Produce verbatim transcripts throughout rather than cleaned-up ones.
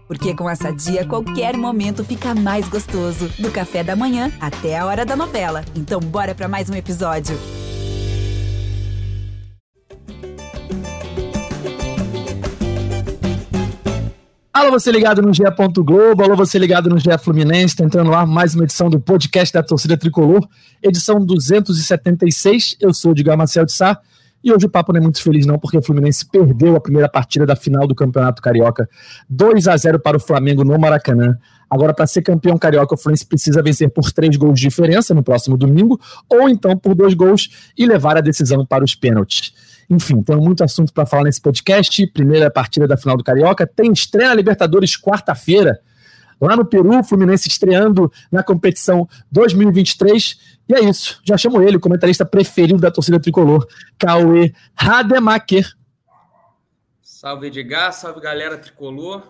Porque com a Sadia, qualquer momento fica mais gostoso. Do café da manhã até a hora da novela. Então bora pra mais um episódio. Alô, você ligado no G E. Globo, alô, você ligado no G E Fluminense, tá entrando lá mais uma edição do podcast da Torcida Tricolor, edição duzentos e setenta e seis, eu sou o Edgar Marcel de Sá, e hoje o papo não é muito feliz não, porque o Fluminense perdeu a primeira partida da final do Campeonato Carioca, dois a zero para o Flamengo no Maracanã. Agora, para ser campeão carioca, o Fluminense precisa vencer por três gols de diferença no próximo domingo, ou então por dois gols e levar a decisão para os pênaltis. Enfim, tem muito assunto para falar nesse podcast. Primeira partida da final do Carioca. Tem estreia na Libertadores quarta-feira. Lá no Peru, o Fluminense estreando na competição dois mil e vinte e três. E é isso. Já chamo ele, o comentarista preferido da torcida tricolor, Cauê Rademacher. Salve, Edgar. Salve, galera tricolor.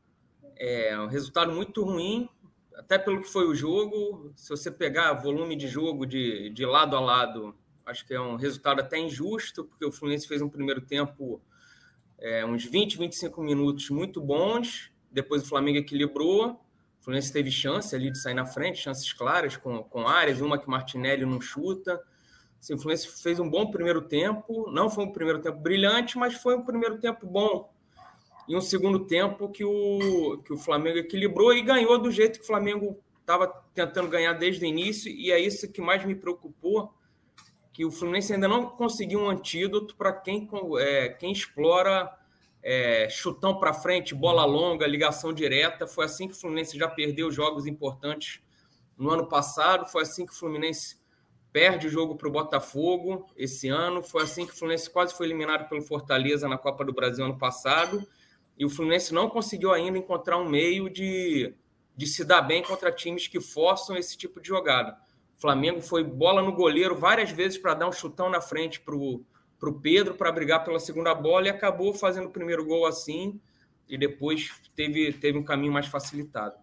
É um resultado muito ruim, até pelo que foi o jogo. Se você pegar volume de jogo de, de lado a lado, acho que é um resultado até injusto, porque o Fluminense fez um primeiro tempo, é, uns vinte, vinte e cinco minutos muito bons. Depois o Flamengo equilibrou. O Fluminense teve chance ali de sair na frente, chances claras com, com áreas, uma que o Martinelli não chuta. Assim, o Fluminense fez um bom primeiro tempo. Não foi um primeiro tempo brilhante, mas foi um primeiro tempo bom. E um segundo tempo que o, que o Flamengo equilibrou e ganhou do jeito que o Flamengo estava tentando ganhar desde o início. E é isso que mais me preocupou, que o Fluminense ainda não conseguiu um antídoto para quem, é, quem explora é, chutão para frente, bola longa, ligação direta. Foi assim que o Fluminense já perdeu jogos importantes no ano passado, foi assim que o Fluminense perde o jogo para o Botafogo esse ano, foi assim que o Fluminense quase foi eliminado pelo Fortaleza na Copa do Brasil ano passado, e o Fluminense não conseguiu ainda encontrar um meio de, de se dar bem contra times que forçam esse tipo de jogada. O Flamengo foi bola no goleiro várias vezes para dar um chutão na frente para o Pedro, para brigar pela segunda bola, e acabou fazendo o primeiro gol assim, e depois teve, teve um caminho mais facilitado.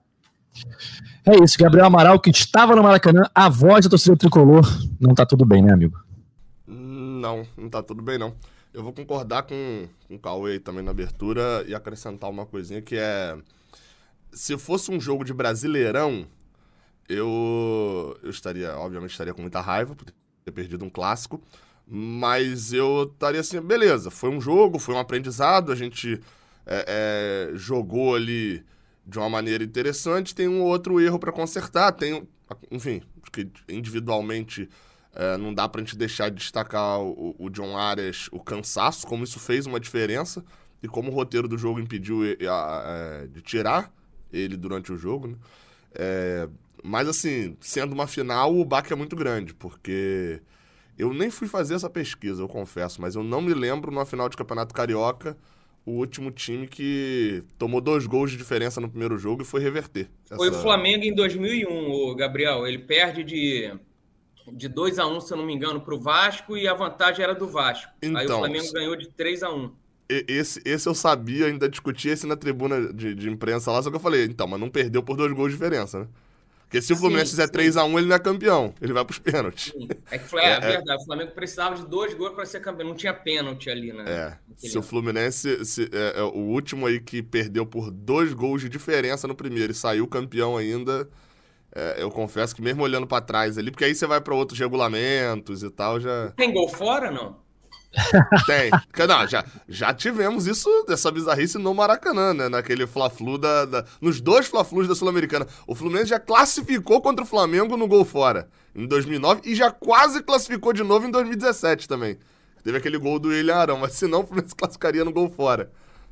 É isso, Gabriel Amaral, que estava no Maracanã, a voz da torcida tricolor. Não tá tudo bem, né, amigo? Não, não tá tudo bem, não. Eu vou concordar com, com o Cauê também na abertura e acrescentar uma coisinha que é... Se fosse um jogo de Brasileirão, eu, eu estaria, obviamente, estaria com muita raiva por ter perdido um clássico, mas eu estaria assim, beleza, foi um jogo, foi um aprendizado, a gente é, é, jogou ali de uma maneira interessante, tem um outro erro para consertar, tem, enfim, porque individualmente é, não dá pra gente deixar de destacar o, o John Arias, o cansaço, como isso fez uma diferença, e como o roteiro do jogo impediu é, de tirar ele durante o jogo, né? É, mas assim, sendo uma final, o baque é muito grande, porque eu nem fui fazer essa pesquisa, eu confesso, mas eu não me lembro numa final de Campeonato Carioca o último time que tomou dois gols de diferença no primeiro jogo e foi reverter. Essa... Foi o Flamengo em dois mil e um, o Gabriel. Ele perde de, de dois a um, se eu não me engano, para o Vasco, e a vantagem era do Vasco. Então, aí o Flamengo ganhou de três a um. Esse, esse eu sabia, ainda discuti esse na tribuna de, de imprensa lá, só que eu falei, então, mas não perdeu por dois gols de diferença, né? Porque se o Fluminense sim, fizer sim. três a um, ele não é campeão. Ele vai para os pênaltis. Sim. É que foi, é, é verdade. O Flamengo precisava de dois gols para ser campeão. Não tinha pênalti ali, né? É. Se ano. O Fluminense... Se, é, é, o último aí que perdeu por dois gols de diferença no primeiro e saiu campeão ainda, é, eu confesso que mesmo olhando para trás ali, porque aí você vai para outros regulamentos e tal, já... Tem gol fora, não? Tem. Não, já, já tivemos isso, essa bizarrice no Maracanã, né? Naquele Fla-Flu da, da... Nos dois Fla-Flus da Sul-Americana. O Fluminense já classificou contra o Flamengo no gol fora em dois mil e nove e já quase classificou de novo em dois mil e dezessete também. Teve aquele gol do William Arão, mas senão o Fluminense classificaria no gol fora.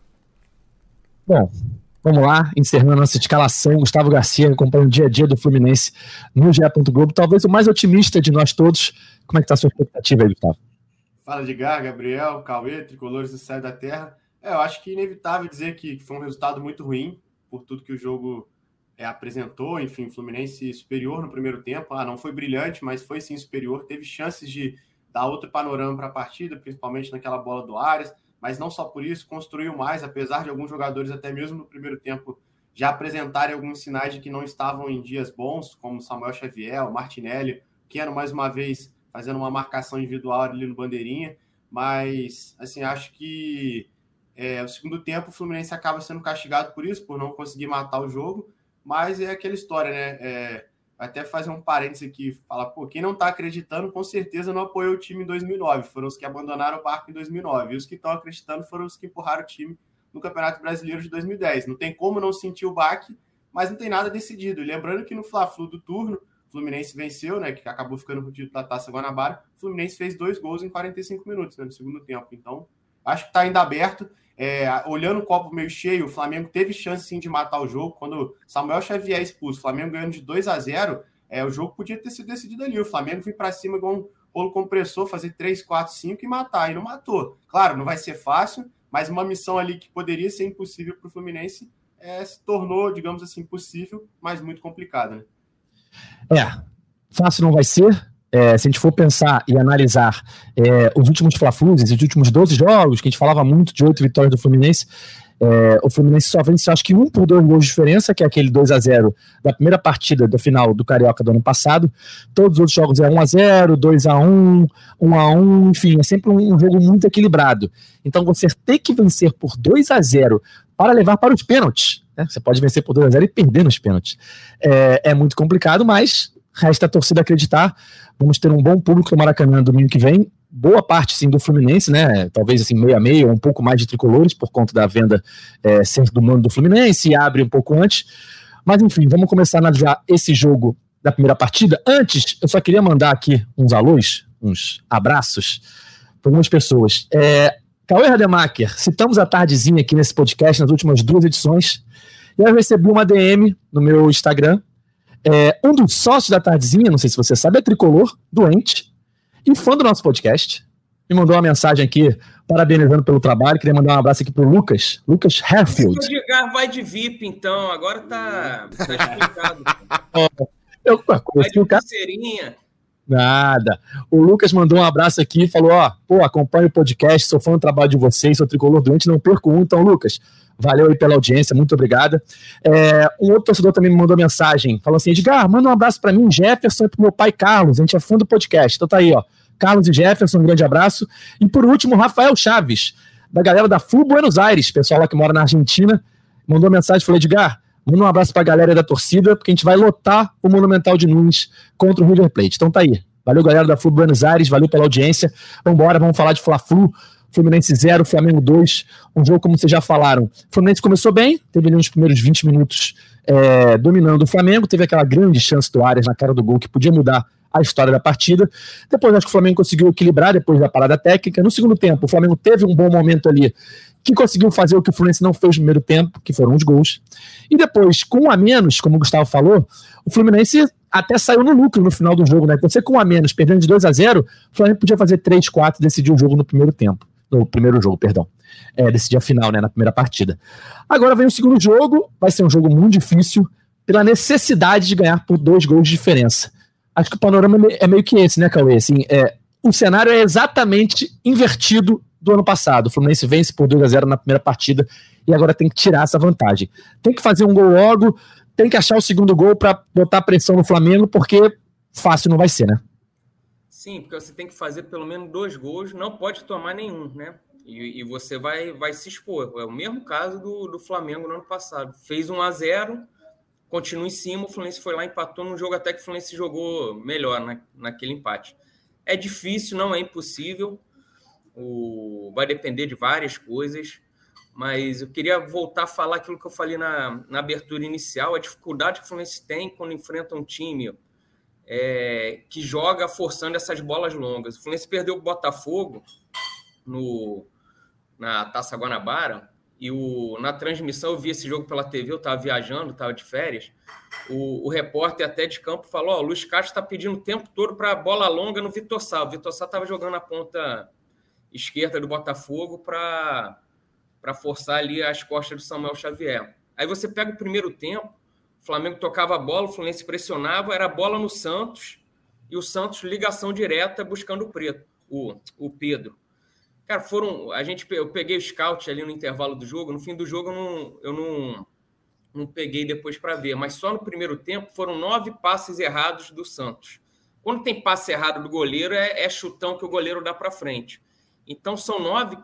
Bom, vamos lá, encerrando a nossa escalação. Gustavo Garcia acompanha o dia a dia do Fluminense no G E. Globo. Talvez o mais otimista de nós todos. Como é que tá a sua expectativa aí, Gustavo? Fala, Edgar, Gabriel, Cauê, tricolores do céu da terra. É, eu acho que é inevitável dizer que foi um resultado muito ruim por tudo que o jogo é, apresentou. Enfim, o Fluminense superior no primeiro tempo. Ah, não foi brilhante, mas foi sim superior. Teve chances de dar outro panorama para a partida, principalmente naquela bola do Arias. Mas não só por isso, construiu mais, apesar de alguns jogadores, até mesmo no primeiro tempo, já apresentarem alguns sinais de que não estavam em dias bons, como Samuel Xavier, o Martinelli, Keno, mais uma vez, fazendo uma marcação individual ali no bandeirinha, mas, assim, acho que É, o segundo tempo, o Fluminense acaba sendo castigado por isso, por não conseguir matar o jogo, mas é aquela história, né? É, até fazer um parênteses aqui, falar, pô, quem não está acreditando, com certeza não apoiou o time em dois mil e nove, foram os que abandonaram o barco em dois mil e nove, e os que estão acreditando foram os que empurraram o time no Campeonato Brasileiro de dois mil e dez. Não tem como não sentir o baque, mas não tem nada decidido. E lembrando que no Fla-Flu do turno, o Fluminense venceu, né, que acabou ficando com o título da Taça Guanabara, o Fluminense fez dois gols em quarenta e cinco minutos, né, no segundo tempo. Então, acho que está ainda aberto. É, olhando o copo meio cheio, o Flamengo teve chance sim de matar o jogo. Quando Samuel Xavier é expulso, o Flamengo ganhando de dois a zero, é, o jogo podia ter sido decidido ali. O Flamengo vir para cima igual um rolo compressor, fazer três, quatro, cinco e matar, e não matou. Claro, não vai ser fácil, mas uma missão ali que poderia ser impossível para o Fluminense é, se tornou, digamos assim, possível, mas muito complicado, né? É, fácil não vai ser. É, se a gente for pensar e analisar é, os últimos Fla-Flus, os últimos doze jogos, que a gente falava muito de oito vitórias do Fluminense, é, o Fluminense só vence, acho que um por dois gols de diferença, que é aquele dois a zero da primeira partida do final do Carioca do ano passado. Todos os outros jogos é um a zero, dois a um, um a um, enfim, é sempre um jogo muito equilibrado. Então você ter que vencer por dois a zero para levar para os pênaltis, né? Você pode vencer por dois a zero e perder nos pênaltis. É, é muito complicado, mas resta a torcida acreditar. Vamos ter um bom público no Maracanã domingo que vem. Boa parte, sim, do Fluminense, né? Talvez, assim, meio a meio, um pouco mais de tricolores, por conta da venda é, ser do mando do Fluminense, e abre um pouco antes. Mas, enfim, vamos começar a analisar esse jogo da primeira partida. Antes, eu só queria mandar aqui uns alôs, uns abraços para algumas pessoas. É, Cauê Rademacher, citamos a tardezinha aqui nesse podcast, nas últimas duas edições, e eu recebi uma D M no meu Instagram. É, um dos sócios da tardezinha, não sei se você sabe, é tricolor, doente, e fã do nosso podcast. Me mandou uma mensagem aqui, parabenizando pelo trabalho. Queria mandar um abraço aqui pro Lucas, Lucas Herfield. O Edgar vai de V I P, então, agora tá, tá explicado. eu, vai de o cara... pulseirinha. Nada. O Lucas mandou um abraço aqui e falou, ó, pô, acompanho o podcast, sou fã do trabalho de vocês, sou tricolor doente, não perco um. Então, Lucas, valeu aí pela audiência, muito obrigada. É, um outro torcedor também me mandou mensagem, falou assim, Edgar, manda um abraço pra mim, Jefferson, e pro meu pai Carlos, a gente é fã do podcast. Então tá aí, ó, Carlos e Jefferson, um grande abraço. E por último, Rafael Chaves, da galera da Flu Buenos Aires, pessoal lá que mora na Argentina, mandou mensagem, falou, Edgar, manda um abraço pra galera da torcida, porque a gente vai lotar o Monumental de Nunes contra o River Plate. Então tá aí. Valeu, galera da Flu Buenos Aires, valeu pela audiência. Vambora, vamos falar de Fla-Flu. Fluminense zero, Flamengo dois. Um jogo, como vocês já falaram, o Fluminense começou bem, teve ali nos primeiros vinte minutos é, dominando o Flamengo, teve aquela grande chance do Arias na cara do gol que podia mudar a história da partida. Depois acho que o Flamengo conseguiu equilibrar depois da parada técnica. No segundo tempo, o Flamengo teve um bom momento ali que conseguiu fazer o que o Fluminense não fez no primeiro tempo, que foram os gols. E depois, com um a menos, como o Gustavo falou, o Fluminense até saiu no lucro no final do jogo, né? Você com um a menos, perdendo de dois a zero, o Flamengo podia fazer três, quatro e decidir o jogo no primeiro tempo. No primeiro jogo, perdão. É, decidir a final, né? Na primeira partida. Agora vem o segundo jogo, vai ser um jogo muito difícil, pela necessidade de ganhar por dois gols de diferença. Acho que o panorama é meio que esse, né, Cauê? Assim, é, o cenário é exatamente invertido do ano passado. O Fluminense vence por dois a zero na primeira partida e agora tem que tirar essa vantagem. Tem que fazer um gol logo, tem que achar o segundo gol para botar pressão no Flamengo, porque fácil não vai ser, né? Sim, porque você tem que fazer pelo menos dois gols, não pode tomar nenhum, né? E, e você vai, vai se expor. É o mesmo caso do, do Flamengo no ano passado. Fez um a zero, continua em cima, o Fluminense foi lá, empatou num jogo até que o Fluminense jogou melhor na, naquele empate. É difícil, não é impossível. O, vai depender de várias coisas, mas eu queria voltar a falar aquilo que eu falei na, na abertura inicial, a dificuldade que o Fluminense tem quando enfrenta um time é, que joga forçando essas bolas longas. O Fluminense perdeu o Botafogo no, na Taça Guanabara, e o, na transmissão eu vi esse jogo pela T V, eu estava viajando, estava de férias, o, o repórter até de campo falou, ó, o Luiz Castro está pedindo o tempo todo para bola longa no Vitor Sá. O Vitor Sá estava jogando a ponta esquerda do Botafogo para para forçar ali as costas do Samuel Xavier. Aí você pega o primeiro tempo, o Flamengo tocava a bola, o Fluminense pressionava, era bola no Santos, e o Santos ligação direta buscando o Preto, o, o Pedro. Cara, foram, a gente, eu peguei o scout ali no intervalo do jogo, no fim do jogo eu não, eu não, não peguei depois para ver, mas só no primeiro tempo foram nove passes errados do Santos. Quando tem passe errado do goleiro, é, é chutão que o goleiro dá para frente. Então são nove que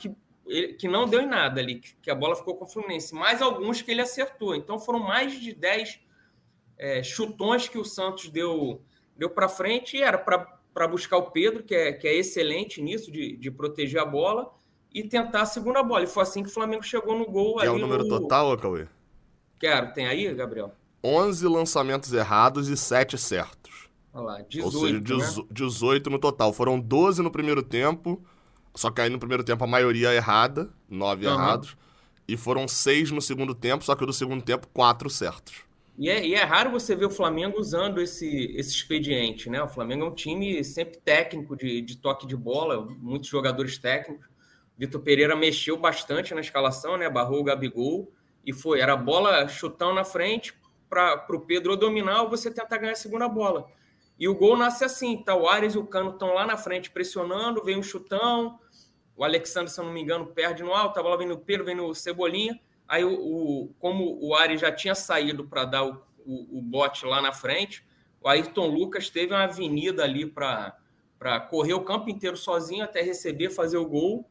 ele, que não deu em nada ali, que a bola ficou com o Fluminense, mais alguns que ele acertou. Então foram mais de dez é, chutões que o Santos deu, deu para frente, e era para buscar o Pedro, que é, que é excelente nisso, de, de proteger a bola, e tentar a segunda bola. E foi assim que o Flamengo chegou no gol. Que ali é o número no... total, Cauê? Quero, tem aí, Gabriel? onze lançamentos errados e sete certos. Olha lá, dezoito, Ou seja, né? dezoito no total. Foram doze no primeiro tempo, só que aí no primeiro tempo a maioria errada, nove uhum. errados. E foram seis no segundo tempo, só que do segundo tempo, quatro certos. E é, e é raro você ver o Flamengo usando esse, esse expediente, né? O Flamengo é um time sempre técnico de, de toque de bola, muitos jogadores técnicos. Vitor Pereira mexeu bastante na escalação, né? Barrou o Gabigol e foi. Era bola chutão na frente para o Pedro dominar ou você tentar ganhar a segunda bola. E o gol nasce assim, tá? O Ares e o Cano estão lá na frente pressionando, vem um chutão, o Alexandre, se eu não me engano, perde no alto, a bola vem no Pedro, vem no Cebolinha. Aí, o, o, como o Ares já tinha saído para dar o, o, o bote lá na frente, o Ayrton Lucas teve uma avenida ali para correr o campo inteiro sozinho até receber, fazer o gol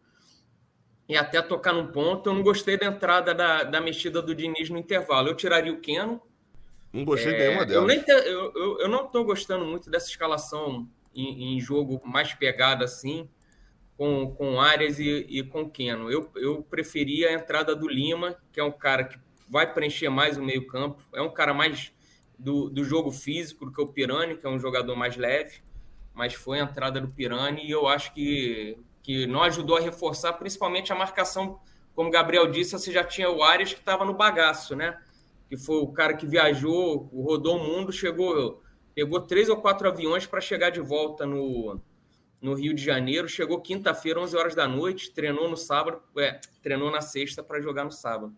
e até tocar num ponto. Eu não gostei da entrada da, da mexida do Diniz no intervalo. Eu tiraria o Keno. Não gostei é, de nenhuma delas. Eu, nem te, eu, eu, eu não estou gostando muito dessa escalação em, em jogo mais pegada assim, com, com Arias e, e com Keno. Eu, eu preferia a entrada do Lima, que é um cara que vai preencher mais o meio campo. É um cara mais do, do jogo físico do que o Pirani, que é um jogador mais leve. Mas foi a entrada do Pirani e eu acho que, que não ajudou a reforçar, principalmente a marcação. Como o Gabriel disse, você já tinha o Arias que estava no bagaço, né? Que foi o cara que viajou, rodou o mundo, chegou, pegou três ou quatro aviões para chegar de volta no, no Rio de Janeiro, chegou quinta-feira, onze horas da noite, treinou no sábado, é, treinou na sexta para jogar no sábado.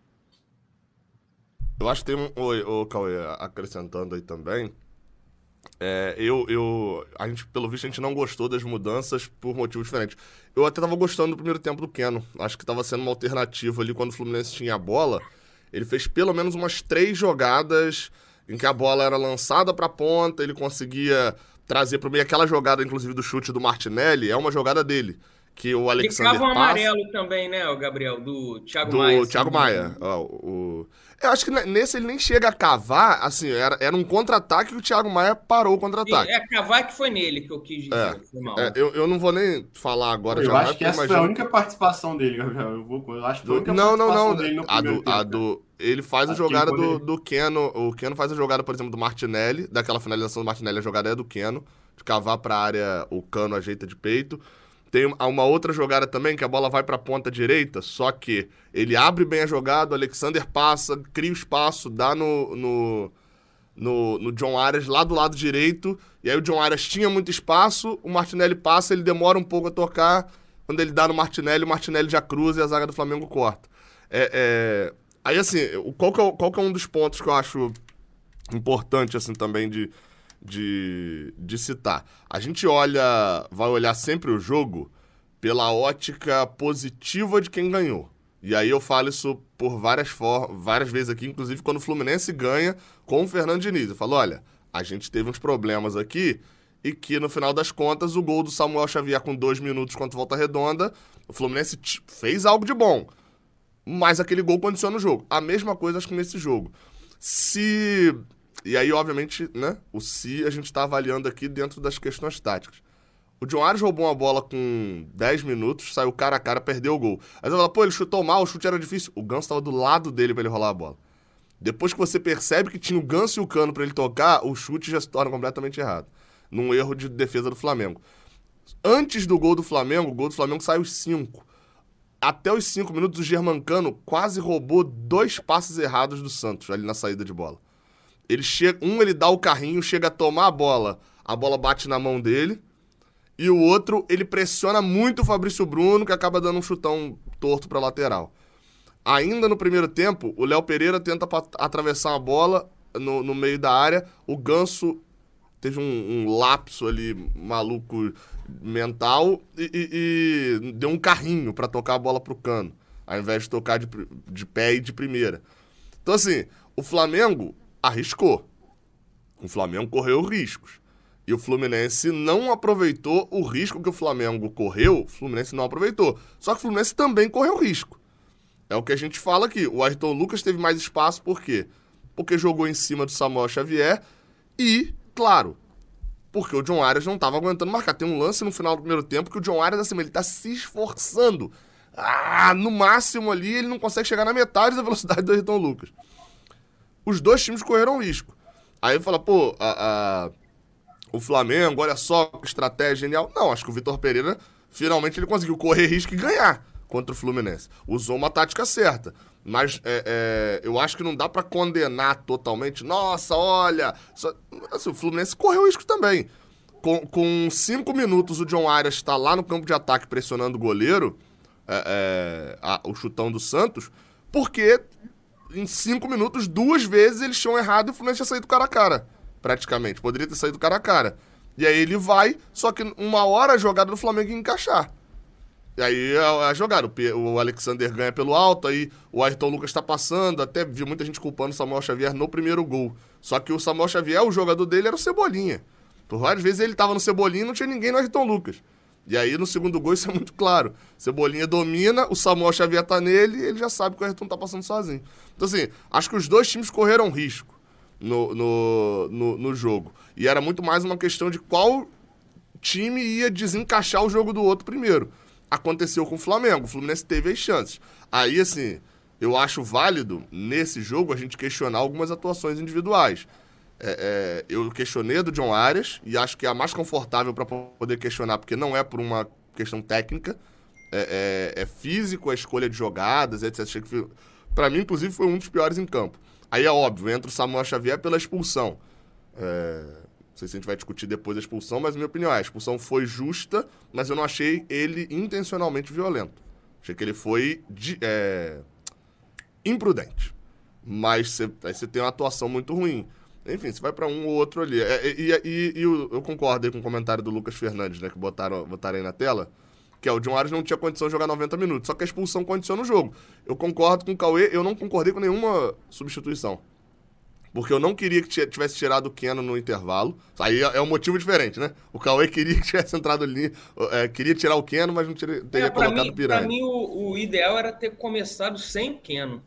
Eu acho que tem um... Oi, ô, Cauê, acrescentando aí também, é, eu, eu, a gente, pelo visto, a gente não gostou das mudanças por motivos diferentes. Eu até tava gostando do primeiro tempo do Keno, acho que tava sendo uma alternativa ali quando o Fluminense tinha a bola. Ele fez pelo menos umas três jogadas em que a bola era lançada para a ponta, ele conseguia trazer para o meio. Aquela jogada, inclusive, do chute do Martinelli, é uma jogada dele, que o Alexander passa... um passa... amarelo também, né, o Gabriel, do Thiago do Maia. Do Thiago Maia. Ó, o... Eu acho que nesse ele nem chega a cavar, assim, era, era um contra-ataque que o Thiago Maia parou o contra-ataque. É, cavar que foi nele que eu quis dizer. É, foi mal. É, eu, eu não vou nem falar agora. Eu já acho que essa imagino... foi a única participação dele, Gabriel. Eu, vou, eu acho que foi a única não, participação não, não. dele no a primeiro do, tempo. a do, ele faz a, a jogada do, do Keno. O Keno faz a jogada, por exemplo, do Martinelli, daquela finalização do Martinelli, a jogada é do Keno, de cavar pra área, o Cano ajeita de peito. Tem uma outra jogada também, que a bola vai pra ponta direita, só que ele abre bem a jogada, o Alexander passa, cria o espaço, dá no, no, no, no John Arias lá do lado direito, e aí o John Arias tinha muito espaço, o Martinelli passa, ele demora um pouco a tocar, quando ele dá no Martinelli, o Martinelli já cruza e a zaga do Flamengo corta. É, é... Aí, assim, qual que, é, qual que é um dos pontos que eu acho importante, assim, também de... De, de citar. A gente olha, vai olhar sempre o jogo pela ótica positiva de quem ganhou. E aí eu falo isso por várias, for- várias vezes aqui, inclusive quando o Fluminense ganha com o Fernando Diniz. Eu falo, olha, a gente teve uns problemas aqui e que no final das contas o gol do Samuel Xavier com dois minutos contra o Volta Redonda, o Fluminense t- fez algo de bom, mas aquele gol condiciona o jogo. A mesma coisa acho que nesse jogo. Se... E aí, obviamente, né, o se a gente tá avaliando aqui dentro das questões táticas. O John Arias roubou uma bola com dez minutos, saiu cara a cara, perdeu o gol. Aí você fala, pô, ele chutou mal, o chute era difícil. O Ganso tava do lado dele pra ele rolar a bola. Depois que você percebe que tinha o Ganso e o Cano pra ele tocar, o chute já se torna completamente errado. Num erro de defesa do Flamengo. Antes do gol do Flamengo, o gol do Flamengo saiu os cinco. Até os cinco minutos, o Germancano quase roubou dois passes errados do Santos, ali na saída de bola. Ele chega, um ele dá o carrinho, chega a tomar a bola, a bola bate na mão dele, e o outro ele pressiona muito o Fabrício Bruno, que acaba dando um chutão torto para lateral. Ainda no primeiro tempo, o Léo Pereira tenta pat- atravessar a bola no, no meio da área, o Ganso teve um, um lapso ali maluco mental e, e, e deu um carrinho para tocar a bola pro Cano, ao invés de tocar de, de pé e de primeira. Então assim, o Flamengo arriscou. O Flamengo correu riscos. E o Fluminense não aproveitou o risco que o Flamengo correu, o Fluminense não aproveitou. Só que o Fluminense também correu risco. É o que a gente fala aqui. O Ayrton Lucas teve mais espaço, por quê? Porque jogou em cima do Samuel Xavier e, claro, porque o John Arias não estava aguentando marcar. Tem um lance no final do primeiro tempo que o John Arias, assim, ele tá se esforçando. Ah, no máximo ali, ele não consegue chegar na metade da velocidade do Ayrton Lucas. Os dois times correram risco. Aí fala, pô, a, a, o Flamengo, olha só que estratégia genial. Não, acho que o Vitor Pereira, finalmente, ele conseguiu correr risco e ganhar contra o Fluminense. Usou uma tática certa. Mas é, é, eu acho que não dá pra condenar totalmente. Nossa, olha... Só, assim, o Fluminense correu risco também. Com, com cinco minutos, o John Arias está lá no campo de ataque pressionando o goleiro, é, é, a, o chutão do Santos, porque em cinco minutos, duas vezes eles tinham errado e o Fluminense tinha saído cara a cara, praticamente. Poderia ter saído cara a cara. E aí ele vai, só que uma hora a jogada do Flamengo ia encaixar. E aí a, a jogada, o, o Alexander ganha pelo alto, aí o Ayrton Lucas tá passando, até vi muita gente culpando o Samuel Xavier no primeiro gol. Só que o Samuel Xavier, o jogador dele era o Cebolinha. Por várias vezes ele tava no Cebolinha e não tinha ninguém no Ayrton Lucas. E aí no segundo gol isso é muito claro. Cebolinha domina, o Samuel Xavier tá nele e ele já sabe que o Ayrton tá passando sozinho. Então assim, acho que os dois times correram risco no, no, no, no jogo. E era muito mais uma questão de qual time ia desencaixar o jogo do outro primeiro. Aconteceu com o Flamengo, o Fluminense teve as chances. Aí, assim, eu acho válido, nesse jogo, a gente questionar algumas atuações individuais. É, é, eu questionei a do John Arias, e acho que é a mais confortável para poder questionar, porque não é por uma questão técnica, é, é, é físico, a escolha de jogadas, etcétera. Para mim, inclusive, foi um dos piores em campo. Aí é óbvio, entra o Samuel Xavier pela expulsão. É... Não sei se a gente vai discutir depois da expulsão, mas a minha opinião é, a expulsão foi justa, mas eu não achei ele intencionalmente violento. Achei que ele foi de, é, imprudente. Mas cê, aí você tem uma atuação muito ruim. Enfim, você vai para um ou outro ali. É, e, e, e, e eu, eu concordo aí com o comentário do Lucas Fernandes, né, que botaram, botaram aí na tela, que é, o John Arias não tinha condição de jogar noventa minutos, só que a expulsão condiciona o jogo. Eu concordo com o Cauê, eu não concordei com nenhuma substituição. Porque eu não queria que tivesse tirado o Keno no intervalo. Aí é um motivo diferente, né? O Cauê queria que tivesse entrado ali, é, queria tirar o Keno, mas não teria, teria é, colocado mim, o Piranha. Para mim, o, o ideal era ter começado sem o Keno.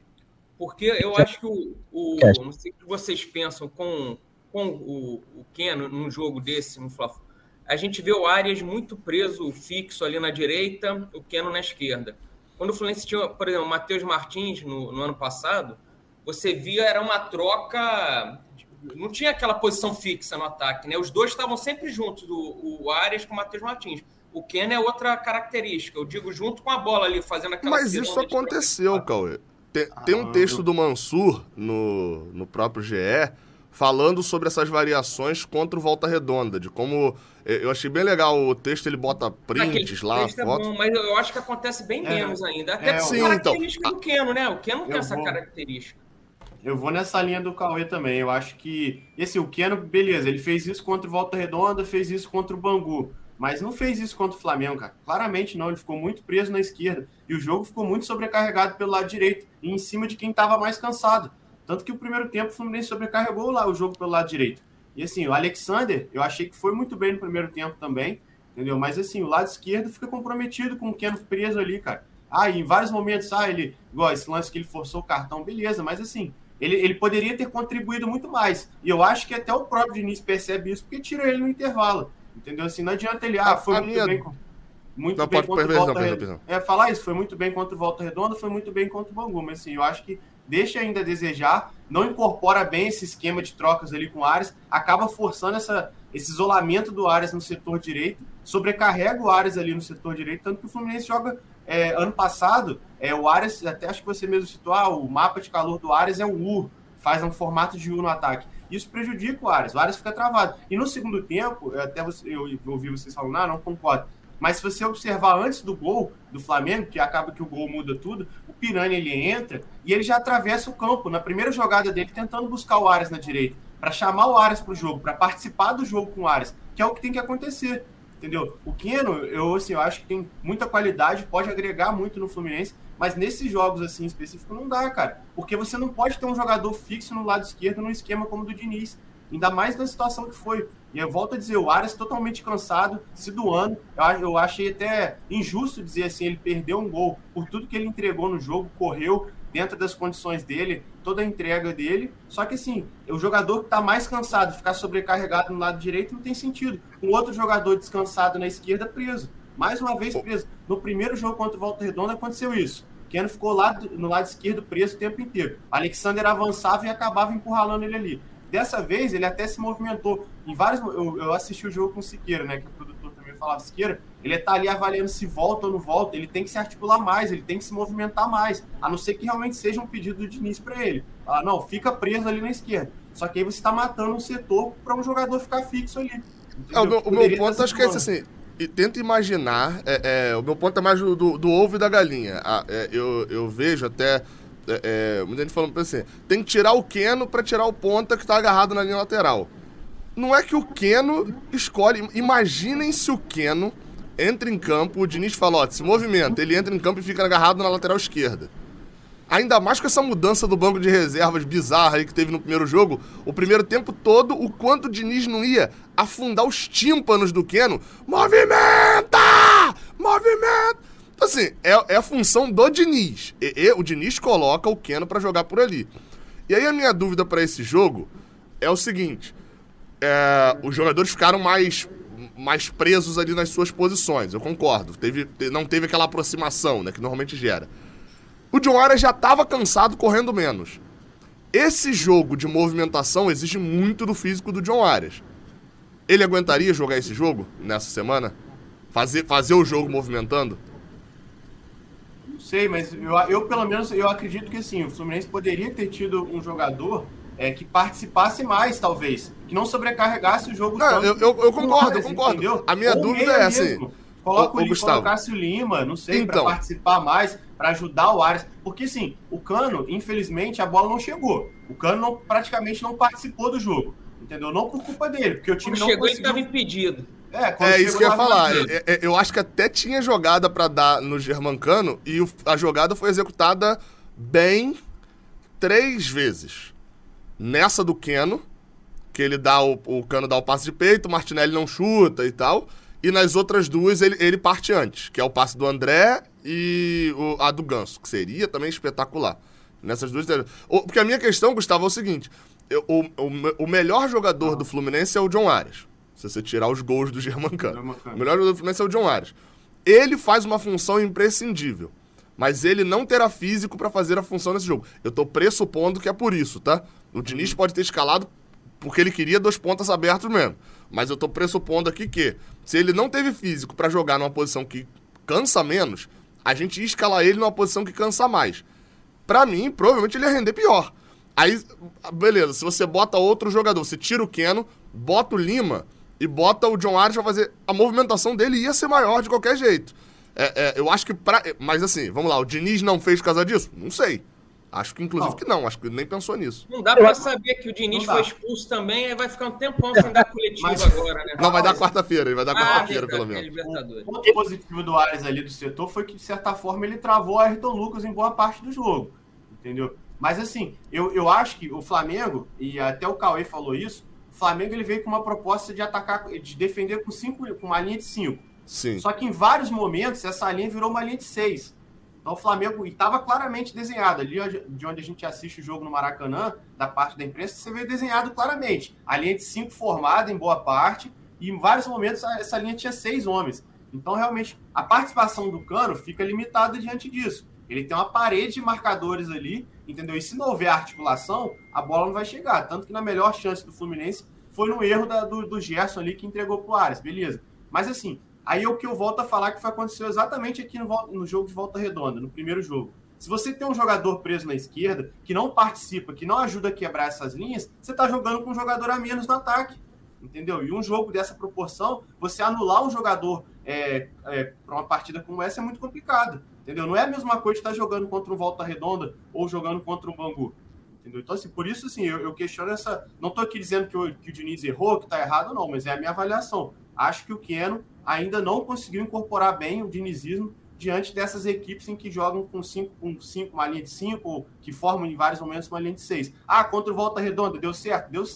Porque eu acho que o... o não sei o que vocês pensam com, com o, o Keno num jogo desse, no Fla-Flu. A gente vê o Arias muito preso, fixo ali na direita, o Keno na esquerda. Quando o Fluminense tinha, por exemplo, o Matheus Martins no, no ano passado, você via, era uma troca, não tinha aquela posição fixa no ataque, né? Os dois estavam sempre juntos, o, o Arias com o Matheus Martins. O Keno é outra característica, eu digo junto com a bola ali, fazendo aquela... Mas isso aconteceu, Cauê. Tem, tem um texto do Mansur no, no próprio G E falando sobre essas variações contra o Volta Redonda, de como... Eu achei bem legal o texto, ele bota prints lá, fotos... É bom, mas eu acho que acontece bem é, menos ainda. Até é, por sim, característica então, do Keno, né? O Keno não tem essa vou... característica. Eu vou nessa linha do Cauê também. Eu acho que... Esse, o Keno, beleza, ele fez isso contra o Volta Redonda, fez isso contra o Bangu. Mas não fez isso contra o Flamengo, cara. Claramente não. Ele ficou muito preso na esquerda. E o jogo ficou muito sobrecarregado pelo lado direito. E em cima de quem estava mais cansado. Tanto que o primeiro tempo o Fluminense sobrecarregou lá o jogo pelo lado direito. E assim, o Alexander, eu achei que foi muito bem no primeiro tempo também. Entendeu? Mas assim, o lado esquerdo fica comprometido com o Keno preso ali, cara. Ah, e em vários momentos, ah, ele... Igual esse lance que ele forçou o cartão, beleza. Mas assim... Ele, ele poderia ter contribuído muito mais. E eu acho que até o próprio Diniz percebe isso, porque tira ele no intervalo. Entendeu? Assim, não adianta ele... Ah, foi a muito minha... bem, muito não, bem pode, contra o perdão, Volta perdão, perdão. É, falar isso, foi muito bem contra o Volta Redonda, foi muito bem contra o Bangu. Mas assim, eu acho que deixa ainda a desejar, não incorpora bem esse esquema de trocas ali com o Arias, acaba forçando essa, esse isolamento do Arias no setor direito, sobrecarrega o Arias ali no setor direito, tanto que o Fluminense joga... É, ano passado, é, o Arias, até acho que você mesmo citou, ah, o mapa de calor do Arias é um U, faz um formato de U no ataque. Isso prejudica o Arias, o Arias fica travado. E no segundo tempo, até você, eu ouvi vocês falando, ah, não concordo, mas se você observar antes do gol do Flamengo, que acaba que o gol muda tudo, o Piranha ele entra e ele já atravessa o campo, na primeira jogada dele, tentando buscar o Arias na direita, para chamar o Arias para o jogo, para participar do jogo com o Arias, que é o que tem que acontecer. Entendeu? O Keno, eu, assim, eu acho que tem muita qualidade, pode agregar muito no Fluminense, mas nesses jogos assim específicos não dá, cara. Porque você não pode ter um jogador fixo no lado esquerdo num esquema como o do Diniz. ainda mais na situação que foi. E eu volto a dizer, o Arias totalmente cansado, se doando. Eu, eu achei até injusto dizer assim, ele perdeu um gol por tudo que ele entregou no jogo, correu dentro das condições dele, toda a entrega dele. Só que assim, o jogador que está mais cansado, ficar sobrecarregado no lado direito, não tem sentido. Um outro jogador descansado na esquerda, preso. Mais uma vez preso. No primeiro jogo contra o Volta Redonda aconteceu isso. Keno ficou lá no lado esquerdo preso o tempo inteiro. Alexander avançava e acabava encurralando ele ali. Dessa vez, ele até se movimentou. Em vários, eu, eu assisti o jogo com o Siqueira, né? Que o produtor também falava, Siqueira, ele tá ali avaliando se volta ou não volta, ele tem que se articular mais, ele tem que se movimentar mais, a não ser que realmente seja um pedido do Diniz para ele. Ah, não, fica preso ali na esquerda. Só que aí você está matando um setor para um jogador ficar fixo ali. É, o meu, o meu ponto, acho que é esse, assim, e tenta imaginar, é, é, o meu ponto é mais do, do, do ovo e da galinha. Ah, é, eu, eu vejo até... É, é, muita gente falando assim, tem que tirar o Keno pra tirar o ponta que tá agarrado na linha lateral. Não é que o Keno escolhe. Imaginem se o Keno entra em campo, o Diniz fala, ó, se movimenta, ele entra em campo e fica agarrado na lateral esquerda. Ainda mais com essa mudança do banco de reservas bizarra aí que teve no primeiro jogo, o primeiro tempo todo, o quanto o Diniz não ia afundar os tímpanos do Keno. Movimenta! Movimenta! Então, assim, é, é a função do Diniz. E, e, o Diniz coloca o Keno pra jogar por ali. E aí a minha dúvida pra esse jogo é o seguinte. É, os jogadores ficaram mais, mais presos ali nas suas posições, eu concordo. Teve, não teve aquela aproximação, né, que normalmente gera. O John Arias já estava cansado, correndo menos. Esse jogo de movimentação exige muito do físico do John Arias. Ele aguentaria jogar esse jogo nessa semana? Fazer, fazer o jogo movimentando? Sei, mas eu, eu pelo menos eu acredito que assim, o Fluminense poderia ter tido um jogador é, que participasse mais, talvez, que não sobrecarregasse o jogo. Não, tanto, eu, eu, eu concordo, mais, eu concordo. Entendeu? A minha Ou dúvida é mesmo. assim. Coloca ô, ô, o, Gustavo. colocasse o Lima, não sei, então, para participar mais, para ajudar o Arias. Porque assim, o Cano, infelizmente, a bola não chegou. O Cano não, praticamente não participou do jogo. Entendeu? Não por culpa dele, porque o time Quando não chegou, conseguiu... ele estava impedido. É, é isso que eu ia falar. É, é, eu acho que até tinha jogada pra dar no Germancano e o, a jogada foi executada bem três vezes. Nessa do Keno, que ele dá o, o Cano dá o passe de peito, o Martinelli não chuta e tal. E nas outras duas ele, ele parte antes, que é o passe do André e o, a do Ganso, que seria também espetacular. Nessas duas... Porque a minha questão, Gustavo, é o seguinte. Eu, o, o, o melhor jogador ah. do Fluminense é o John Arias. Se você tirar os gols do Germancano. O melhor jogador do Fluminense é o John Arias. Ele faz uma função imprescindível, mas ele não terá físico pra fazer a função nesse jogo. Eu tô pressupondo que é por isso, tá? O Diniz uhum. pode ter escalado porque ele queria dois pontas abertos mesmo. Mas eu tô pressupondo aqui que, se ele não teve físico pra jogar numa posição que cansa menos, a gente ia escalar ele numa posição que cansa mais. Pra mim, provavelmente ele ia render pior. Aí, beleza, se você bota outro jogador, você tira o Keno, bota o Lima e bota o John Arias pra fazer... A movimentação dele ia ser maior de qualquer jeito. É, é, eu acho que pra... Mas assim, vamos lá, o Diniz não fez por causa disso? Não sei. Acho que inclusive não. que não, acho que nem pensou nisso. Não dá pra saber que o Diniz foi expulso também, aí vai ficar um tempão sem dar coletivo mas, agora, né? Não, vai dar quarta-feira, ele vai dar ah, quarta-feira, pelo menos. O ponto positivo do Arias ali do setor foi que, de certa forma, ele travou o Ayrton Lucas em boa parte do jogo, entendeu? Mas assim, eu, eu acho que o Flamengo, e até o Cauê falou isso, o Flamengo ele veio com uma proposta de atacar, de defender com, cinco, com uma linha de cinco. Sim. Só que em vários momentos essa linha virou uma linha de seis. Então o Flamengo, e estava claramente desenhado, ali de onde a gente assiste o jogo no Maracanã, da parte da imprensa, você vê desenhado claramente. A linha de cinco formada em boa parte, e em vários momentos essa linha tinha seis homens. Então realmente a participação do Cano fica limitada diante disso. Ele tem uma parede de marcadores ali, entendeu? E se não houver articulação, a bola não vai chegar. Tanto que na melhor chance do Fluminense foi no erro da, do, do Gerson ali que entregou pro Arias, beleza. Mas assim, aí é o que eu volto a falar que foi aconteceu exatamente aqui no, no jogo de Volta Redonda, no primeiro jogo. Se você tem um jogador preso na esquerda, que não participa, que não ajuda a quebrar essas linhas, você está jogando com um jogador a menos no ataque, entendeu? E um jogo dessa proporção, você anular um jogador é, é, para uma partida como essa é muito complicado, entendeu? Não é a mesma coisa de estar jogando contra um Volta Redonda ou jogando contra um Bangu, entendeu? Então, assim, por isso, assim, eu, eu questiono essa... Não estou aqui dizendo que o, que o Diniz errou, que está errado, não, mas é a minha avaliação. Acho que o Keno ainda não conseguiu incorporar bem o dinizismo diante dessas equipes em que jogam com cinco, com cinco, uma linha de cinco, ou que formam em vários momentos uma linha de seis. Ah, contra o Volta Redonda, deu certo? Deu certo.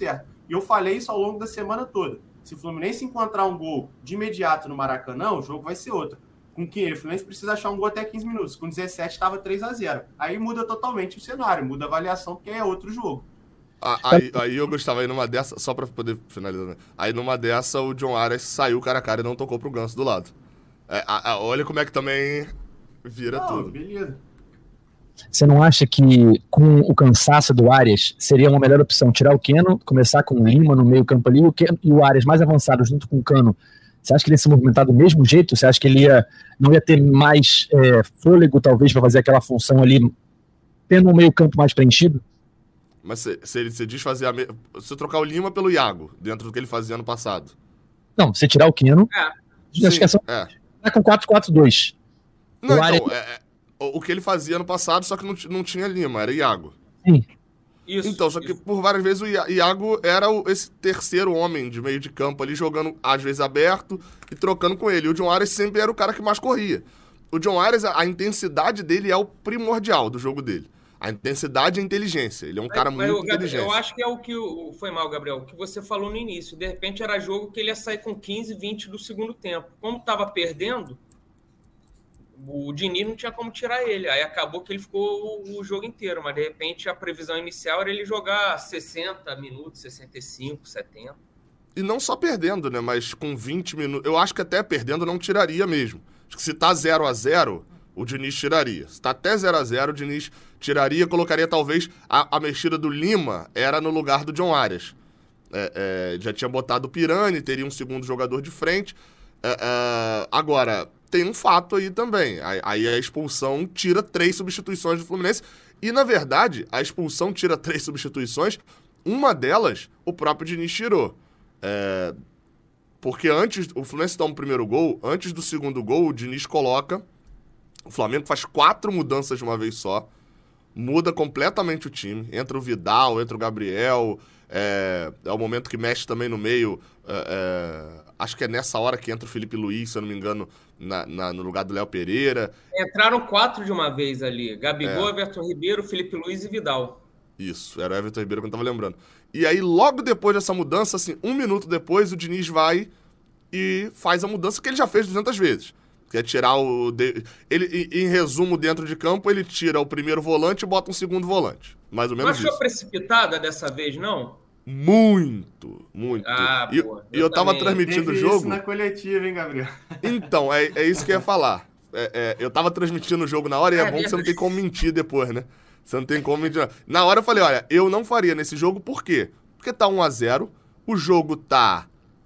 E eu falei isso ao longo da semana toda. Se o Fluminense encontrar um gol de imediato no Maracanã, o jogo vai ser outro. Com quinze, o Fluminense precisa achar um gol até quinze minutos. Com dezessete estava três a zero. Aí muda totalmente o cenário, muda a avaliação, porque é outro jogo. Aí, aí eu gostava, aí numa dessa, só pra poder finalizar, né? Aí numa dessa o John Arias saiu cara a cara e não tocou pro Ganso do lado. É, a, a, olha como é que também vira não, tudo. Beleza. Você não acha que com o cansaço do Arias seria uma melhor opção tirar o Keno, começar com o Lima no meio campo ali, o Keno, e o Arias mais avançado junto com o Cano? Você acha que ele ia se movimentar do mesmo jeito? Você acha que ele ia, não ia ter mais é, fôlego, talvez, para fazer aquela função ali, tendo um meio campo mais preenchido? Mas se, se ele se desfazer... Me... Se eu trocar o Lima pelo Iago, dentro do que ele fazia ano passado. Não, você tirar o Keno... É. Acho que é só... É. Tá com quatro quatro dois. Não, o então, Arias... é, o que ele fazia ano passado, só que não, não tinha Lima, era Iago. Sim. Isso, então, só que isso. por várias vezes o Iago era o, esse terceiro homem de meio de campo ali, jogando às vezes aberto e trocando com ele. E o John Arias sempre era o cara que mais corria. O John Arias, a, a intensidade dele é o primordial do jogo dele. A intensidade e a inteligência. Ele é um cara mas, muito mas, inteligente. Eu acho que é o que o, foi mal, Gabriel, o que você falou no início. De repente era jogo que ele ia sair com quinze, vinte do segundo tempo. Como estava perdendo, o Diniz não tinha como tirar ele. Aí acabou que ele ficou o, o jogo inteiro. Mas de repente a previsão inicial era ele jogar sessenta minutos, sessenta e cinco, setenta. E não só perdendo, né? Mas com vinte minutos. Eu acho que até perdendo não tiraria mesmo. Acho que se tá zero a zero, o Diniz tiraria. Se tá até zero a zero, o Diniz tiraria, colocaria talvez a, a mexida do Lima era no lugar do John Arias. É, é, já tinha botado o Pirani, teria um segundo jogador de frente. É, é, agora, tem um fato aí também. Aí, aí a expulsão tira três substituições do Fluminense. E, na verdade, a expulsão tira três substituições. Uma delas, o próprio Diniz tirou. É, porque antes, o Fluminense dá um primeiro gol, antes do segundo gol, o Diniz coloca... O Flamengo faz quatro mudanças de uma vez só. Muda completamente o time. Entra o Vidal, entra o Gabriel. É, é o momento que mexe também no meio. É, é, acho que é nessa hora que entra o Felipe Luiz, se eu não me engano, na, na, no lugar do Léo Pereira. Entraram quatro de uma vez ali. Gabigol, É. Everton Ribeiro, Felipe Luiz e Vidal. Isso, era o Everton Ribeiro que eu tava lembrando. E aí, logo depois dessa mudança, assim, um minuto depois, o Diniz vai e faz a mudança que ele já fez duzentas vezes. Que é tirar o... De... Ele, em resumo, dentro de campo, ele tira o primeiro volante e bota um segundo volante. Mais ou Não menos achou isso. precipitada dessa vez, não? Muito, muito. Ah, e boa. e eu, Eu tava também. transmitindo o Teve jogo... isso na coletiva, hein, Gabriel? Então, é, é isso que eu ia falar. É, é, eu tava transmitindo o jogo na hora e é, É bom que você não mesmo? tem como mentir depois, né? Você não tem como mentir. Na hora eu falei, olha, eu não faria nesse jogo, por quê? Porque tá um a zero, o jogo tá...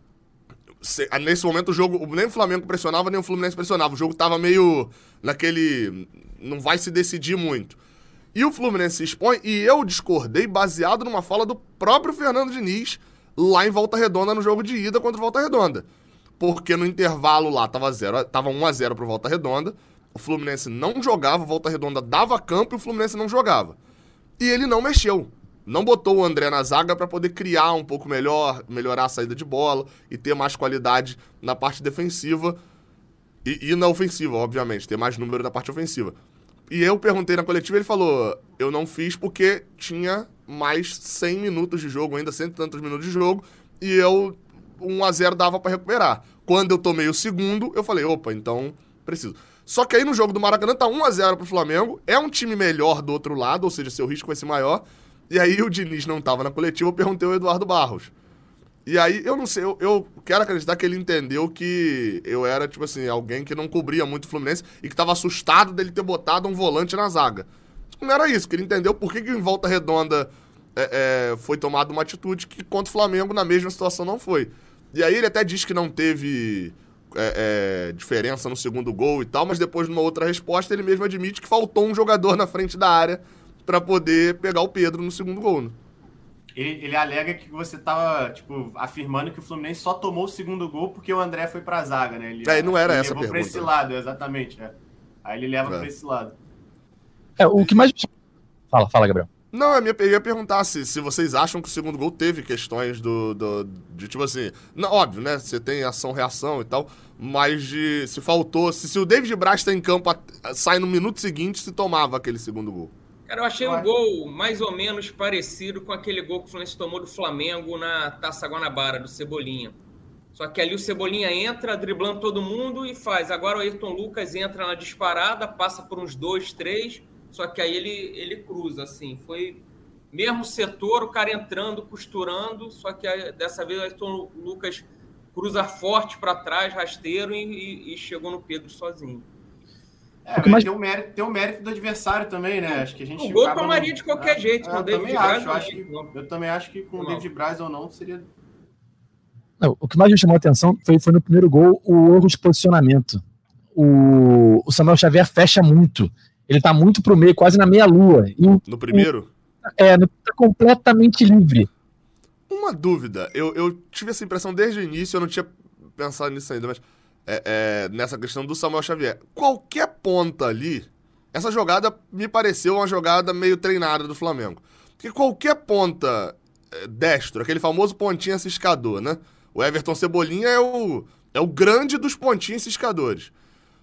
Nesse momento o jogo, nem o Flamengo pressionava, nem o Fluminense pressionava. O jogo tava meio naquele... Não vai se decidir muito. E o Fluminense se expõe, e eu discordei baseado numa fala do próprio Fernando Diniz lá em Volta Redonda, no jogo de ida contra o Volta Redonda. Porque no intervalo lá tava, zero, tava um a zero pro Volta Redonda, o Fluminense não jogava, o Volta Redonda dava campo e o Fluminense não jogava. E ele não mexeu. Não botou o André na zaga para poder criar um pouco melhor, melhorar a saída de bola e ter mais qualidade na parte defensiva e, e na ofensiva, obviamente, ter mais número na parte ofensiva. E eu perguntei na coletiva, ele falou, eu não fiz porque tinha mais cem minutos de jogo, ainda cento e tantos minutos de jogo, e eu, um a zero dava para recuperar. Quando eu tomei o segundo, eu falei, opa, então preciso. Só que aí no jogo do Maracanã tá um a zero pro Flamengo, é um time melhor do outro lado, ou seja, seu risco vai ser maior. E aí o Diniz não tava na coletiva, eu perguntei ao Eduardo Barros. E aí, eu não sei, eu, eu quero acreditar que ele entendeu que eu era, tipo assim, alguém que não cobria muito o Fluminense e que tava assustado dele ter botado um volante na zaga. Não era isso, que ele entendeu por que, que em Volta Redonda é, é, foi tomada uma atitude que contra o Flamengo na mesma situação não foi. E aí ele até diz que não teve é, é, diferença no segundo gol e tal, mas depois numa outra resposta ele mesmo admite que faltou um jogador na frente da área para poder pegar o Pedro no segundo gol, né? Ele, ele alega que você tava, tipo, afirmando que o Fluminense só tomou o segundo gol porque o André foi pra zaga, né? Ele, é, não era ele essa a pergunta. Levou pra esse lado, exatamente. É. Aí ele leva é. pra esse lado. É, o que mais... Fala, fala, Gabriel. Não, eu ia perguntar se, se vocês acham que o segundo gol teve questões do... do de tipo assim... Não, óbvio, né? Você tem ação-reação e tal, mas de, se faltou... Se, se o David Braz tá em campo, sai no minuto seguinte, se tomava aquele segundo gol. Cara, eu achei o gol mais ou menos parecido com aquele gol que o Fluminense tomou do Flamengo na Taça Guanabara, do Cebolinha. Só que ali o Cebolinha entra, driblando todo mundo e faz. Agora o Ayrton Lucas entra na disparada, passa por uns dois, três, só que aí ele, ele cruza, assim. Foi mesmo setor, o cara entrando, costurando, só que aí, dessa vez o Ayrton Lucas cruza forte para trás, rasteiro, e, e chegou no Pedro sozinho. É, mas tem o mérito, tem o mérito do adversário também, né? Acho que a gente o gol tomaria no... de qualquer é, jeito. É, eu, também acho, acho que, eu também acho que com o David Braz ou não seria... Não, o que mais me chamou a atenção foi, foi no primeiro gol o erro de posicionamento. O, o Samuel Xavier fecha muito. Ele tá muito pro meio, quase na meia-lua. O, no primeiro? O, é, tá completamente livre. Uma dúvida. Eu, eu tive essa impressão desde o início, eu não tinha pensado nisso ainda, mas... É, é, nessa questão do Samuel Xavier. Qualquer ponta ali, essa jogada me pareceu uma jogada meio treinada do Flamengo. Porque qualquer ponta é, destro, aquele famoso pontinho ciscador, né? O Everton Cebolinha é o, é o grande dos pontinhos ciscadores.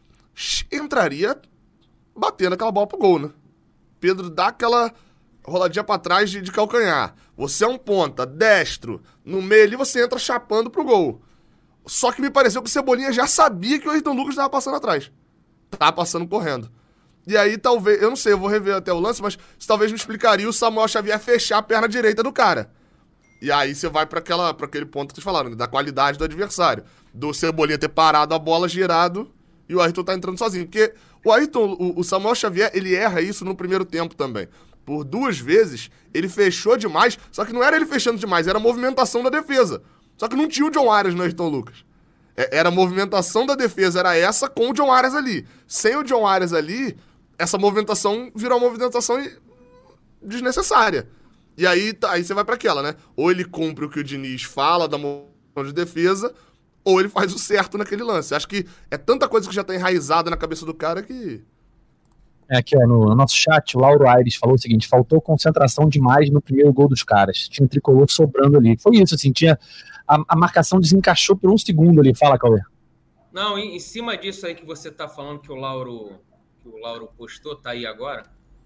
Entraria batendo aquela bola pro gol, né? Pedro dá aquela roladinha pra trás de, de calcanhar. Você é um ponta destro, no meio ali você entra chapando pro gol. Só que me pareceu que o Cebolinha já sabia que o Ayrton Lucas estava passando atrás. Tava passando correndo. E aí talvez, eu não sei, eu vou rever até o lance, mas isso talvez me explicaria o Samuel Xavier fechar a perna direita do cara. E aí você vai para aquela, para aquele ponto que vocês falaram, da qualidade do adversário. Do Cebolinha ter parado a bola, girado, e o Ayrton tá entrando sozinho. Porque o Ayrton, o, o Samuel Xavier, ele erra isso no primeiro tempo também. Por duas vezes, ele fechou demais, só que não era ele fechando demais, era a movimentação da defesa. Só que não tinha o John Arias no Ayrton Lucas. Era a movimentação da defesa, era essa com o John Arias ali. Sem o John Arias ali, essa movimentação virou uma movimentação desnecessária. E aí, aí você vai para aquela, né? Ou ele cumpre o que o Diniz fala da movimentação de defesa, ou ele faz o certo naquele lance. Acho que é tanta coisa que já tá enraizada na cabeça do cara que... É, aqui ó, no, no nosso chat, o Lauro Aires falou o seguinte: faltou concentração demais no primeiro gol dos caras. Tinha um tricolor sobrando ali. Foi isso, assim, tinha... A, a marcação desencaixou por um segundo ali. Fala, Cauê. Não, em, em cima disso aí que você tá falando, que o Lauro, que o Lauro postou, tá aí agora,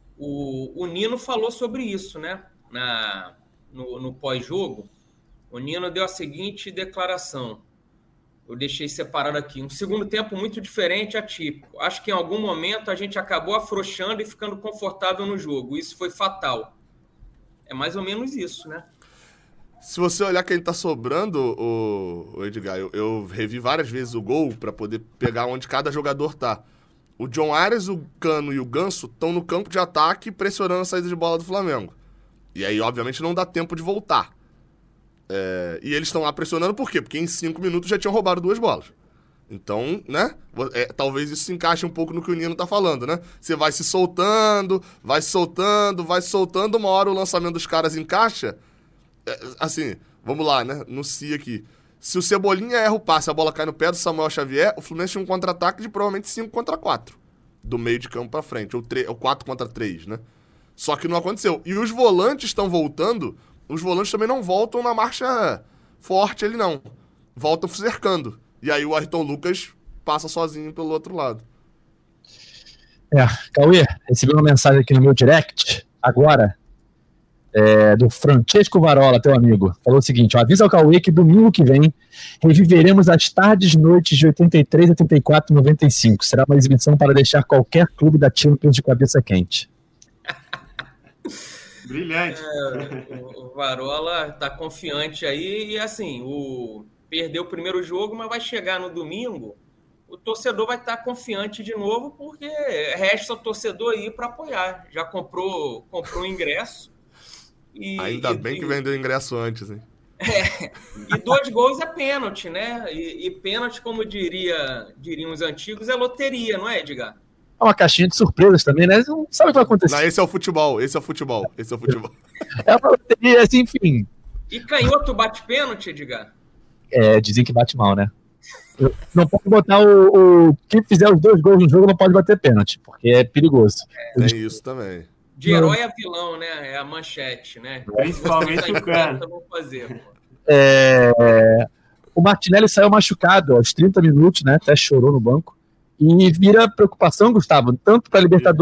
o, o Nino falou sobre isso, né? Na, no, no pós-jogo, o Nino deu a seguinte declaração. Eu deixei separado aqui. Um segundo tempo muito diferente, atípico. Acho que em algum momento a gente acabou afrouxando e ficando confortável no jogo. Isso foi fatal. É mais ou menos isso, né? Se você olhar quem tá sobrando, o, o Edgar, eu, eu revi várias vezes o gol para poder pegar onde cada jogador tá. O John Arias, o Cano e o Ganso estão no campo de ataque pressionando a saída de bola do Flamengo. E aí, obviamente, não dá tempo de voltar. É, e eles estão lá pressionando por quê? Porque em cinco minutos já tinham roubado duas bolas. Então, né? É, talvez isso se encaixe um pouco no que o Nino tá falando, né? Você vai se soltando, vai se soltando, vai se soltando, uma hora o lançamento dos caras encaixa. É, assim, vamos lá, né? No C I aqui. Se o Cebolinha erra o passe, a bola cai no pé do Samuel Xavier, o Fluminense tinha um contra-ataque de provavelmente cinco contra quatro. Do meio de campo pra frente. Ou, ou quatro contra três, né? Só que não aconteceu. E os volantes estão voltando... Os volantes também não voltam na marcha forte ali, não. Voltam cercando. E aí o Ayrton Lucas passa sozinho pelo outro lado. É, Cauê, recebi uma mensagem aqui no meu direct, agora, é, do Francesco Varola, teu amigo. Falou o seguinte: ó, avisa ao Cauê que domingo que vem reviveremos as tardes e noites de oitenta e três, oitenta e quatro, noventa e cinco. Será uma exibição para deixar qualquer clube da Champions de cabeça quente. Brilhante. É, o Varola tá confiante aí e assim, o perdeu o primeiro jogo, mas vai chegar no domingo, o torcedor vai estar confiante de novo, porque resta o torcedor ir para apoiar. Já comprou, comprou o ingresso. E, Ainda e, bem e, que vendeu o ingresso antes, hein? É, e dois gols é pênalti, né? E, e pênalti, como diria, diriam os antigos, é loteria, não é, Edgar? É uma caixinha de surpresas também, né? Não sabe o que vai acontecer. Não, esse é o futebol, esse é o futebol, esse é o futebol. É uma loteria, assim, enfim. E canhoto bate pênalti, Edgar? É, dizem que bate mal, né? Não pode botar o, o... Quem fizer os dois gols no jogo não pode bater pênalti, porque é perigoso. É, tem isso também. De herói a vilão, né? É a manchete, né? Principalmente o cara. Fazer, é... O Martinelli saiu machucado aos trinta minutos, né? Até chorou no banco. E vira preocupação, Gustavo, tanto para a Libertadores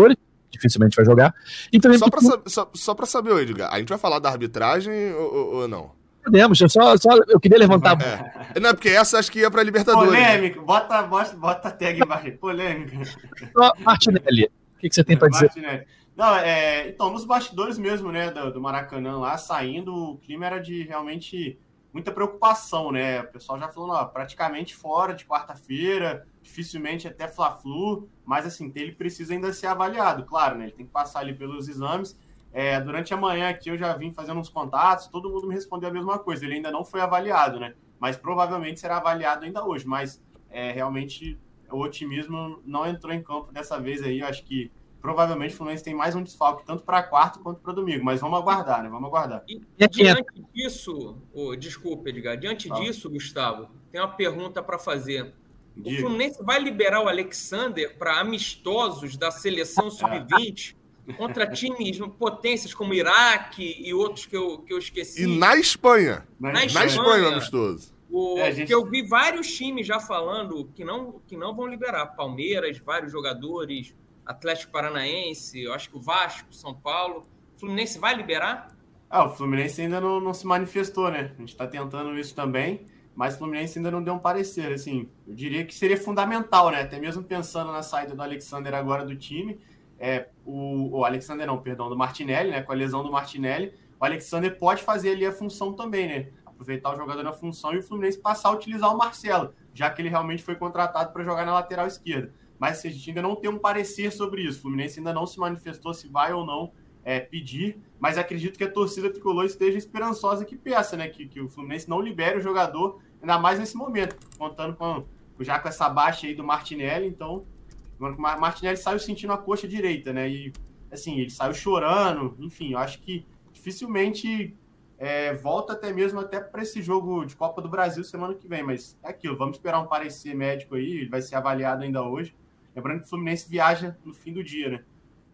dificilmente vai jogar. E também só porque... para só, só pra saber, Edgar, a gente vai falar da arbitragem ou, ou, ou não? Podemos, eu só, só eu queria levantar... É. Não, é porque essa acho que ia pra Libertadores. Polêmica, né? bota, bota, bota a tag embaixo, polêmica. Só, Martinelli, o que, que você tem para dizer? Martinelli. Não, é, então, nos bastidores mesmo, né, do, do Maracanã lá, saindo, o clima era de realmente muita preocupação, né? O pessoal já falou, ó, praticamente fora de quarta-feira, dificilmente até Fla-Flu, mas assim, ele precisa ainda ser avaliado, claro, né? Ele tem que passar ali pelos exames. É, durante a manhã aqui eu já vim fazendo uns contatos, todo mundo me respondeu a mesma coisa, ele ainda não foi avaliado, né? Mas provavelmente será avaliado ainda hoje, mas é, realmente o otimismo não entrou em campo dessa vez aí, eu acho que provavelmente o Fluminense tem mais um desfalque, tanto para quarto quanto para domingo, mas vamos aguardar, né? Vamos aguardar. E, e diante disso, oh, desculpa, Edgar, diante ah. disso, Gustavo, tem uma pergunta para fazer. Diga. O Fluminense vai liberar o Alexander para amistosos da seleção sub vinte contra times, potências como Iraque e outros que eu, que eu esqueci. E na Espanha. Na, na Espanha, Espanha, amistoso. O, é, gente... que eu vi vários times já falando que não, que não vão liberar. Palmeiras, vários jogadores, Atlético Paranaense, eu acho que o Vasco, São Paulo. O Fluminense vai liberar? Ah, o Fluminense ainda não, não se manifestou, né? A gente está tentando isso também, mas o Fluminense ainda não deu um parecer. Assim, eu diria que seria fundamental, né? Até mesmo pensando na saída do Alexander agora do time. É, o, o Alexander não, perdão, do Martinelli, né? Com a lesão do Martinelli, o Alexander pode fazer ali a função também, né? Aproveitar o jogador na função e o Fluminense passar a utilizar o Marcelo, já que ele realmente foi contratado para jogar na lateral esquerda. Mas a gente ainda não tem um parecer sobre isso. O Fluminense ainda não se manifestou se vai ou não é, pedir, mas acredito que a torcida tricolor esteja esperançosa que peça, né? Que, que o Fluminense não libere o jogador, ainda mais nesse momento, contando com, já com essa baixa aí do Martinelli. Então, o Martinelli saiu sentindo a coxa direita, né? E, assim, ele saiu chorando, enfim, eu acho que dificilmente é, volta até mesmo até para esse jogo de Copa do Brasil semana que vem, mas é aquilo, vamos esperar um parecer médico aí, ele vai ser avaliado ainda hoje. Lembrando que o Fluminense viaja no fim do dia, né?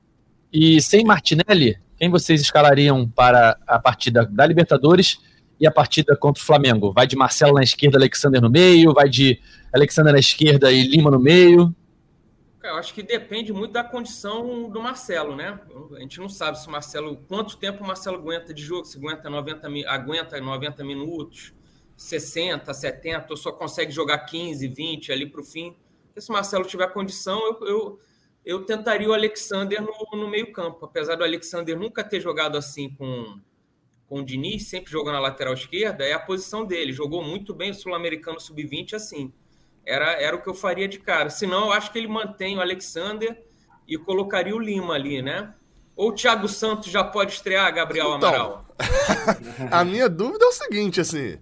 E sem Martinelli, quem vocês escalariam para a partida da Libertadores e a partida contra o Flamengo? Vai de Marcelo na esquerda, Alexander no meio? Vai de Alexander na esquerda e Lima no meio? Eu acho que depende muito da condição do Marcelo, né? A gente não sabe se o Marcelo, quanto tempo o Marcelo aguenta de jogo, se aguenta noventa, aguenta noventa minutos, sessenta, setenta, ou só consegue jogar quinze, vinte ali para o fim. Se o Marcelo tiver condição, eu, eu, eu tentaria o Alexander no, no meio campo. Apesar do Alexander nunca ter jogado assim com, com o Diniz, sempre jogou na lateral esquerda, é a posição dele. Jogou muito bem o Sul-Americano sub vinte assim. Era, era o que eu faria de cara. Senão, eu acho que ele mantém o Alexander e colocaria o Lima ali, né? Ou o Thiago Santos já pode estrear, Gabriel então, Amaral? A minha dúvida é o seguinte, assim...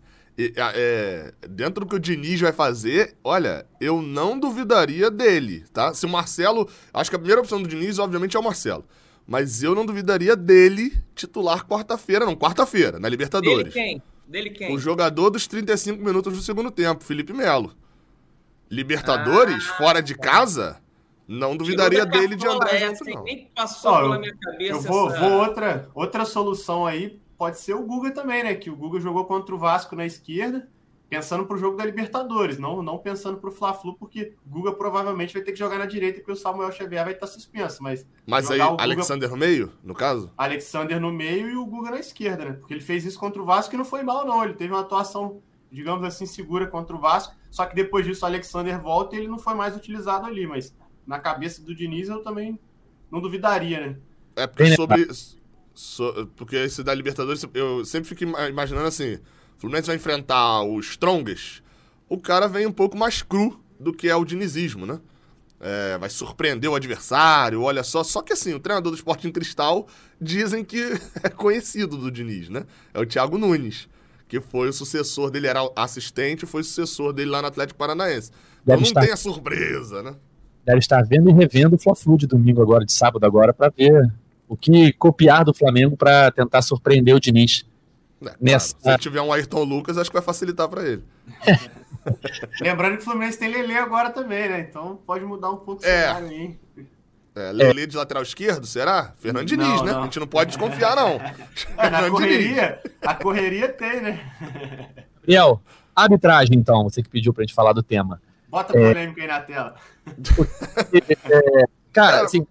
É, dentro do que o Diniz vai fazer, olha, eu não duvidaria dele, tá? Se o Marcelo... Acho que a primeira opção do Diniz, obviamente, é o Marcelo. Mas eu não duvidaria dele titular quarta-feira, não, quarta-feira, na Libertadores. Dele quem? Dele quem? O jogador dos trinta e cinco minutos do segundo tempo, Felipe Melo. Libertadores, ah, fora de casa, não duvidaria dele de André essa, não. Nem passou oh, pela minha cabeça. Eu vou, essa... vou outra, outra solução aí, pode ser o Guga também, né? Que o Guga jogou contra o Vasco na esquerda, pensando pro jogo da Libertadores, não, não pensando pro Fla-Flu, porque o Guga provavelmente vai ter que jogar na direita, porque o Samuel Xavier vai estar suspenso. Mas, mas aí, Guga, Alexander no meio, no caso? Alexander no meio e o Guga na esquerda, né? Porque ele fez isso contra o Vasco e não foi mal, não. Ele teve uma atuação, digamos assim, segura contra o Vasco, só que depois disso o Alexander volta e ele não foi mais utilizado ali, mas na cabeça do Diniz eu também não duvidaria, né? É, porque sobre... So, porque esse da Libertadores, eu sempre fico imaginando assim, o Fluminense vai enfrentar o Strongest, o cara vem um pouco mais cru do que é o dinizismo, né? É, vai surpreender o adversário, olha só. Só que assim, o treinador do Sporting Cristal dizem que é conhecido do Diniz, né? É o Thiago Nunes, que foi o sucessor dele, era assistente, foi o sucessor dele lá no Atlético Paranaense. Então não tem a surpresa, né? Deve estar vendo e revendo o Fla-Flu de domingo agora, de sábado agora, para ver o que copiar do Flamengo para tentar surpreender o Diniz. É, nessa... claro. Se tiver um Ayrton Lucas, acho que vai facilitar para ele. Lembrando que o Fluminense tem Lelê agora também, né? Então pode mudar um pouco o é. cenário aí. É, Lelê de lateral esquerdo, será? Fernando Diniz, não, né? Não. A gente não pode desconfiar, não. É, na correria, a correria tem, né? Gabriel, arbitragem, então, você que pediu pra gente falar do tema. Bota a polêmica é... aí na tela. é, cara, assim,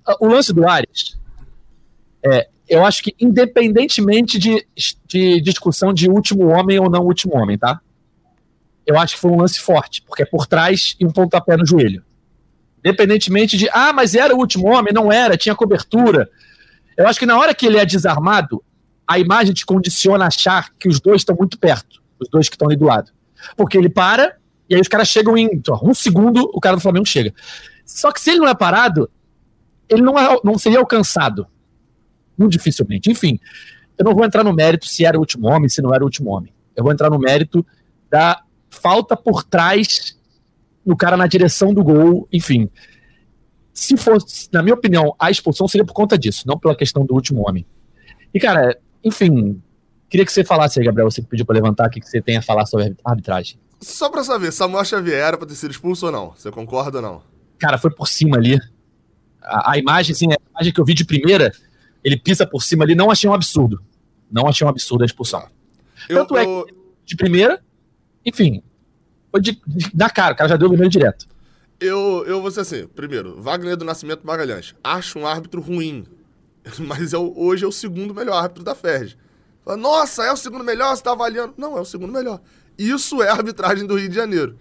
o lance do Arias, é, eu acho que independentemente de, de discussão de último homem ou não último homem, tá? Eu acho que foi um lance forte, porque é por trás e um pontapé no joelho. Independentemente de, ah, mas era o último homem, não era, tinha cobertura. Eu acho que na hora que ele é desarmado, a imagem te condiciona a achar que os dois estão muito perto, os dois que estão ali do lado. Porque ele para, e aí os caras chegam em ó, um segundo, o cara do Flamengo chega. Só que se ele não é parado, ele não, é, não seria alcançado. Muito dificilmente. Enfim, eu não vou entrar no mérito se era o último homem, se não era o último homem. Eu vou entrar no mérito da falta por trás no cara na direção do gol, enfim. Se fosse, na minha opinião, a expulsão seria por conta disso, não pela questão do último homem. E, cara, enfim, queria que você falasse aí, Gabriel, você que pediu pra levantar, o que você tem a falar sobre a arbitragem. Só pra saber, Samuel Xavier era pra ter sido expulso ou não? Você concorda ou não? Cara, foi por cima ali. A, a imagem, assim, a imagem que eu vi de primeira, ele pisa por cima ali, não achei um absurdo. Não achei um absurdo a expulsão. Eu, Tanto é eu... que, de primeira, enfim, foi de, de, na cara, o cara já deu o vermelho direto. Eu, eu vou ser assim, primeiro, Wagner do Nascimento Magalhães. Acho um árbitro ruim, mas é o, hoje é o segundo melhor árbitro da F E R J. Fala, nossa, é o segundo melhor, você tá avaliando. Não, é o segundo melhor. Isso é a arbitragem do Rio de Janeiro.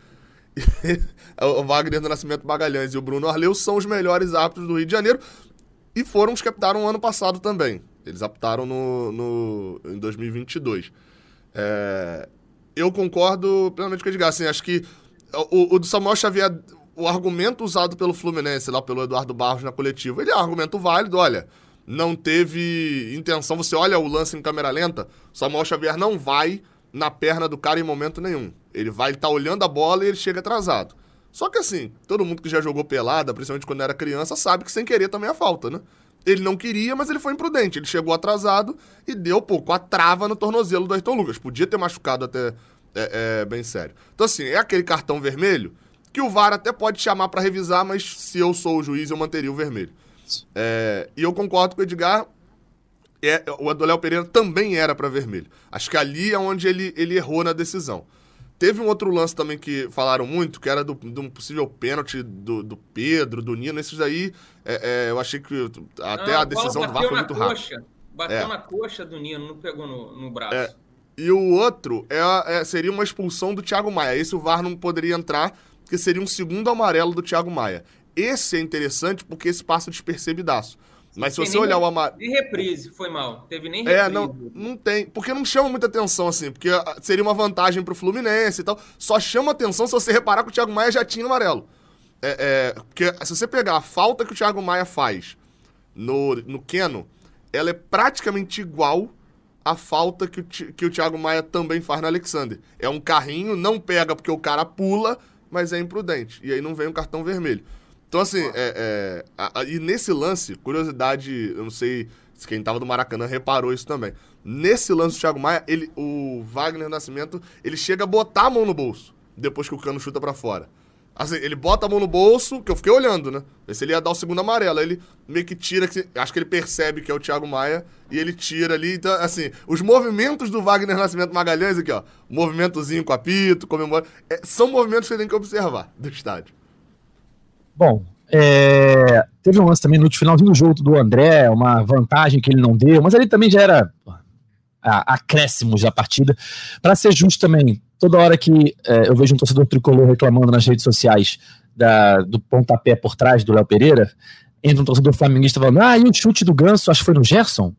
O Wagner do Nascimento Magalhães e o Bruno Arleu são os melhores árbitros do Rio de Janeiro e foram os que apitaram ano passado também. Eles apitaram no, no, em dois mil e vinte e dois. É, eu concordo plenamente com o Edgar. Assim, acho que o, o do Samuel Xavier, o argumento usado pelo Fluminense, lá pelo Eduardo Barros na coletiva, ele é um argumento válido. Olha, não teve intenção. Você olha o lance em câmera lenta, o Samuel Xavier não vai na perna do cara em momento nenhum. Ele vai estar tá olhando a bola e ele chega atrasado. Só que assim, todo mundo que já jogou pelada, principalmente quando era criança, sabe que sem querer também é falta, né? Ele não queria, mas ele foi imprudente. Ele chegou atrasado e deu, pô, com a trava no tornozelo do Ayrton Lucas. Podia ter machucado até é, é, bem sério. Então assim, é aquele cartão vermelho que o V A R até pode chamar pra revisar, mas se eu sou o juiz, eu manteria o vermelho. É, e eu concordo com o Edgar. É, o Adoléo Pereira também era pra vermelho. Acho que ali é onde ele, ele errou na decisão. Teve um outro lance também que falaram muito, que era do, de um possível pênalti do, do Pedro, do Nino. Esses daí, é, é, eu achei que até não, a decisão do V A R foi muito rápida. Bateu é. na coxa do Nino, não pegou no, no braço. É. E o outro é, é, seria uma expulsão do Thiago Maia. Esse o V A R não poderia entrar, porque seria um segundo amarelo do Thiago Maia. Esse é interessante porque esse passa despercebidaço. Mas se você olhar o amarelo... Nem reprise, foi mal. Teve nem reprise. É, não, não tem. Porque não chama muita atenção, assim. Porque seria uma vantagem pro Fluminense e tal. Só chama atenção se você reparar que o Thiago Maia já tinha no amarelo. É, é, porque se você pegar a falta que o Thiago Maia faz no, no Keno, ela é praticamente igual à falta que o, que o Thiago Maia também faz no Alexander. É um carrinho, não pega porque o cara pula, mas é imprudente. E aí não vem um cartão vermelho. Então, assim, é, é, a, a, e nesse lance, curiosidade, eu não sei se quem tava do Maracanã reparou isso também. Nesse lance do Thiago Maia, ele, o Wagner Nascimento, ele chega a botar a mão no bolso, depois que o Cano chuta pra fora. Assim, ele bota a mão no bolso, que eu fiquei olhando, né? Ver se ele ia dar o segundo amarelo. Aí ele meio que tira, acho que ele percebe que é o Thiago Maia, e ele tira ali. Então, assim, os movimentos do Wagner Nascimento Magalhães aqui, ó, movimentozinho com apito, comemora, é, são movimentos que você tem que observar do estádio. Bom, é, teve um lance também no finalzinho do jogo do André, uma vantagem que ele não deu, mas ali também já era a, acréscimos da partida. Para ser justo também, toda hora que é, eu vejo um torcedor tricolor reclamando nas redes sociais da, do pontapé por trás do Léo Pereira, entra um torcedor flamenguista falando, ah, e o chute do Ganso, acho que foi no Gerson?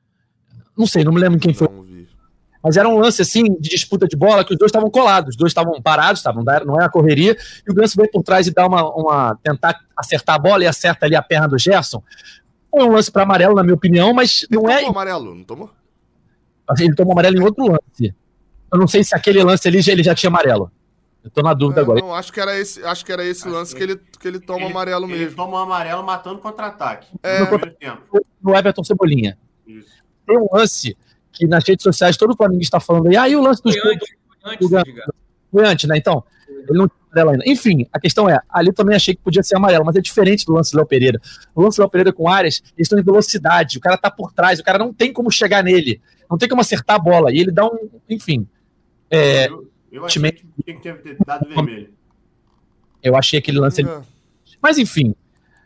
Não sei, não me lembro quem foi. Mas era um lance, assim, de disputa de bola, que os dois estavam colados, os dois estavam parados, estavam, não é a correria, e o Ganso veio por trás e dá uma, uma, tentar acertar a bola e acerta ali a perna do Gerson. Foi um lance para amarelo, na minha opinião, mas ele não é... Ele tomou amarelo, não tomou? Ele tomou amarelo em outro lance. Eu não sei se aquele lance ali ele já tinha amarelo. Eu tô na dúvida é, agora. Não, acho que era esse, acho que era esse acho lance que ele, que ele toma ele, amarelo ele mesmo. Ele toma um amarelo matando contra-ataque. É, no primeiro tempo. No Everton Cebolinha. Isso. Tem um lance que nas redes sociais todo o Flamengo está falando aí, ah, e o lance dos... Foi antes, foi antes, foi antes, né? Então, ele não tinha amarelo ainda. Enfim, a questão é, ali eu também achei que podia ser amarelo, mas é diferente do lance do Léo Pereira. O lance do Léo Pereira com Arias, eles estão em velocidade, o cara tá por trás, o cara não tem como chegar nele, não tem como acertar a bola, e ele dá um, enfim... É, eu, eu achei que tinha que ter dado vermelho. Eu achei aquele lance... É. Mas, enfim,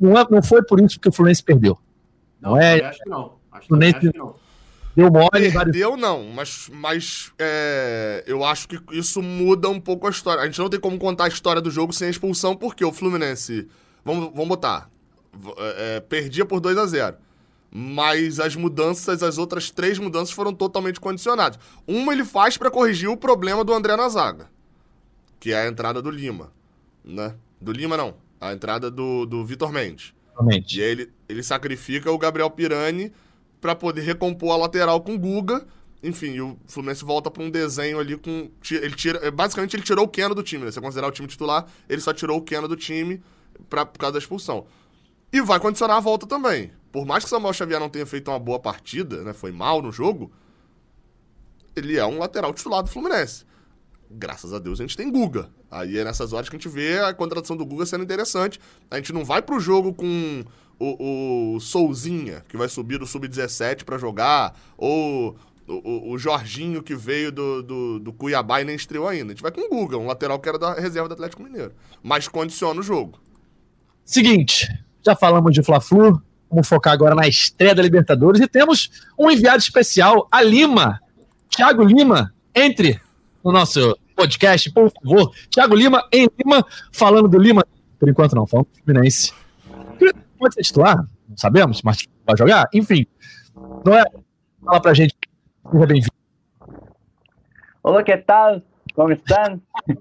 não, é, não foi por isso que o Fluminense perdeu. Não, não é. Acho que não. Acho que, Fluminense acho que não. Deu mole. Perdeu vários... não, mas, mas é, eu acho que isso muda um pouco a história. A gente não tem como contar a história do jogo sem a expulsão, porque o Fluminense, vamos, vamos botar, é, perdia por dois a zero. Mas as mudanças, as outras três mudanças foram totalmente condicionadas. Uma ele faz para corrigir o problema do André na zaga, que é a entrada do Lima, né? Do Lima não, a entrada do, do Vitor Mendes. Realmente. E aí ele, ele sacrifica o Gabriel Pirani para poder recompor a lateral com o Guga. Enfim, e o Fluminense volta para um desenho ali com... Ele tira, basicamente ele tirou o Keno do time, né? Se você considerar o time titular, ele só tirou o Keno do time pra, por causa da expulsão. E vai condicionar a volta também. Por mais que o Samuel Xavier não tenha feito uma boa partida, né? Foi mal no jogo, ele é um lateral titular do Fluminense. Graças a Deus a gente tem Guga. Aí é nessas horas que a gente vê a contratação do Guga sendo interessante. A gente não vai pro jogo com o, o Souzinha, que vai subir do sub dezessete pra jogar, ou o, o Jorginho, que veio do, do, do Cuiabá e nem estreou ainda. A gente vai com o Guga, um lateral que era da reserva do Atlético Mineiro. Mas condiciona o jogo. Seguinte, já falamos de Fla-Flu, vamos focar agora na estreia da Libertadores e temos um enviado especial, a Lima, Thiago Lima, entre no nosso podcast, por favor. Thiago Lima, em Lima, falando do Lima, por enquanto não, falando do Fluminense. Pode ser titular, não sabemos, mas vai jogar, enfim. Noel, fala pra gente, seja bem-vindo. Olá, que tal? Como estão?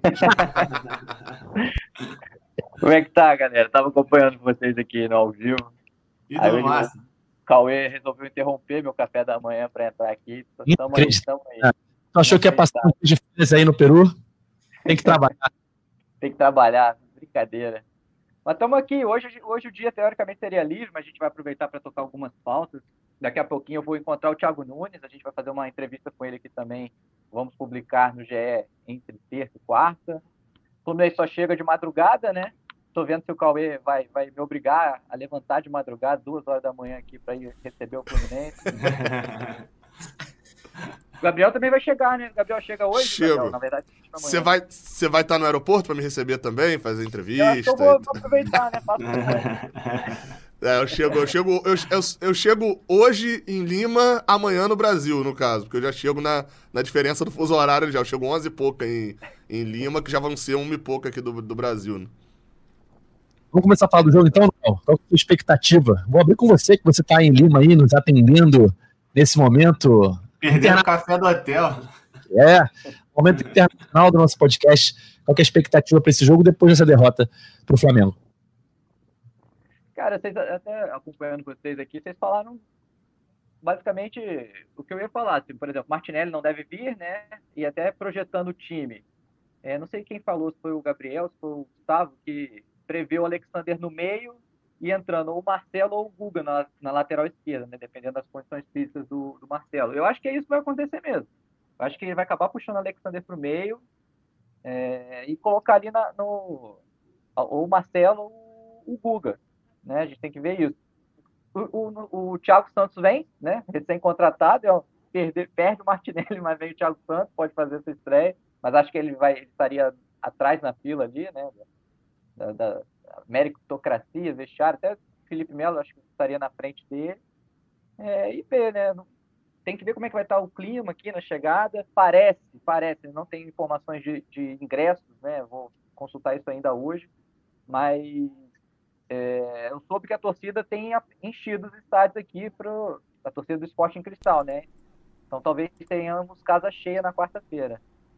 Como é que tá, galera? Tava acompanhando vocês aqui no ao vivo. E do massa. O Cauê resolveu interromper meu café da manhã para entrar aqui. Tamo aí, tamo aí. Tu achou que ia passar um dia de férias aí no Peru? Tem que trabalhar. Tem que trabalhar, brincadeira. Mas estamos aqui. Hoje, hoje o dia, teoricamente, seria livre, mas a gente vai aproveitar para tocar algumas pautas. Daqui a pouquinho eu vou encontrar o Thiago Nunes. A gente vai fazer uma entrevista com ele aqui também. Vamos publicar no G E entre terça e quarta. O Fluminense só chega de madrugada, né? Tô vendo se o Cauê vai, vai me obrigar a levantar de madrugada, duas horas da manhã aqui para ir receber o Fluminense. O Gabriel também vai chegar, né? O Gabriel chega hoje, Chego. Gabriel, na verdade. Você vai você vai estar no aeroporto para me receber também, fazer entrevista? Eu acho que eu vou, vou aproveitar, né? Faço é, eu chego, eu chego, eu, eu, eu chego hoje em Lima, amanhã no Brasil, no caso, porque eu já chego na, na diferença do fuso horário já. Eu chego onze e pouca em, em Lima, que já vão ser uma e pouca aqui do, do Brasil, né? Vamos começar a falar do jogo então, não? Qual é a sua expectativa? Vou abrir com você, que você está em Lima aí, nos atendendo nesse momento. Perdendo Interna... o café do hotel. É, momento internacional do nosso podcast. Qual é a expectativa para esse jogo depois dessa derrota para o Flamengo? Cara, vocês, até acompanhando vocês aqui, vocês falaram basicamente o que eu ia falar. Assim, por exemplo, Martinelli não deve vir, né? E até projetando o time. É, não sei quem falou, se foi o Gabriel, se foi o Gustavo, que prevê o Alexander no meio e entrando ou o Marcelo ou o Guga na, na lateral esquerda, né? Dependendo das condições físicas do, do Marcelo. Eu acho que é isso que vai acontecer mesmo. Eu acho que ele vai acabar puxando o Alexander para o meio é, e colocar ali na, no, ou o Marcelo ou o Guga, né? A gente tem que ver isso. O, o, o Thiago Santos vem, né? Recém-contratado, é, perde, perde o Martinelli, mas vem o Thiago Santos, pode fazer essa estreia, mas acho que ele, vai, ele estaria atrás na fila ali, né? Da, da meritocracia, vestiário, até o Felipe Melo acho que estaria na frente dele, é, e ver, né, tem que ver como é que vai estar o clima aqui na chegada, parece, parece, não tem informações de, de ingressos, né, vou consultar isso ainda hoje, mas é, eu soube que a torcida tem enchido os estádios aqui, pro, a torcida do Sporting Cristal, né, então talvez tenhamos casa cheia na quarta-feira.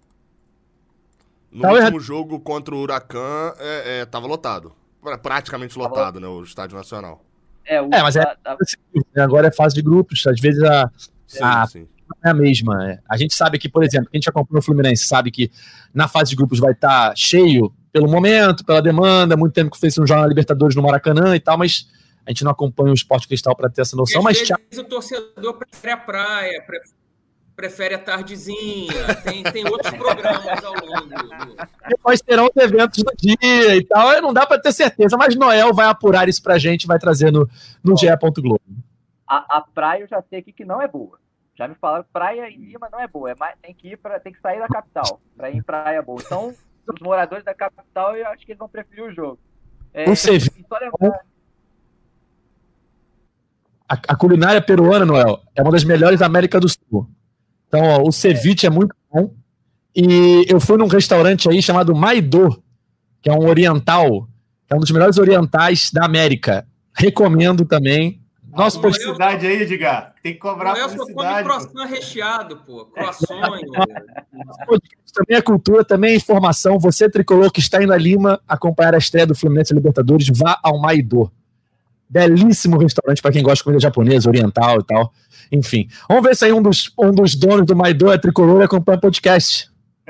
No tá último errado. Jogo contra o Huracan, é, é, tava lotado. Praticamente lotado, né? O Estádio Nacional. É, o, é mas é, a, a... agora é fase de grupos. Às vezes a, sim, a sim. é a mesma. A gente sabe que, por exemplo, quem já acompanha o Fluminense sabe que na fase de grupos vai estar tá cheio pelo momento, pela demanda. Muito tempo que fez um jogo na Libertadores no Maracanã e tal, mas a gente não acompanha o Sport Cristal para ter essa noção. Mas às vezes o torcedor prefere a praia, prefere... prefere a tardezinha, tem, tem outros programas ao longo. Do... Depois terão os eventos do dia e tal, não dá para ter certeza, mas Noel vai apurar isso pra gente, vai trazer no, no G E. Globo. A, a praia eu já sei aqui que não é boa. Já me falaram que praia em Lima não é boa, é mais, tem, que ir pra, tem que sair da capital para ir em praia boa. Então, os moradores da capital, eu acho que eles vão preferir o jogo. É, não sei. Só lembrar, a, a culinária peruana, Noel, é uma das melhores da América do Sul. Então, ó, o ceviche é. é muito bom. E eu fui num restaurante aí chamado Maidô, que é um oriental, que é um dos melhores orientais da América. Recomendo também. Nossa, publicidade aí, Edgar. Tem que cobrar eu publicidade. Eu só come croissant recheado, pô. Croissant. Também é cultura, também é informação. Você, tricolor, que está indo a Lima acompanhar a estreia do Fluminense Libertadores, vá ao Maidô. Belíssimo restaurante para quem gosta de comida japonesa, oriental e tal. Enfim. Vamos ver se aí um dos, um dos donos do Maidô é tricolor e acompanha o podcast.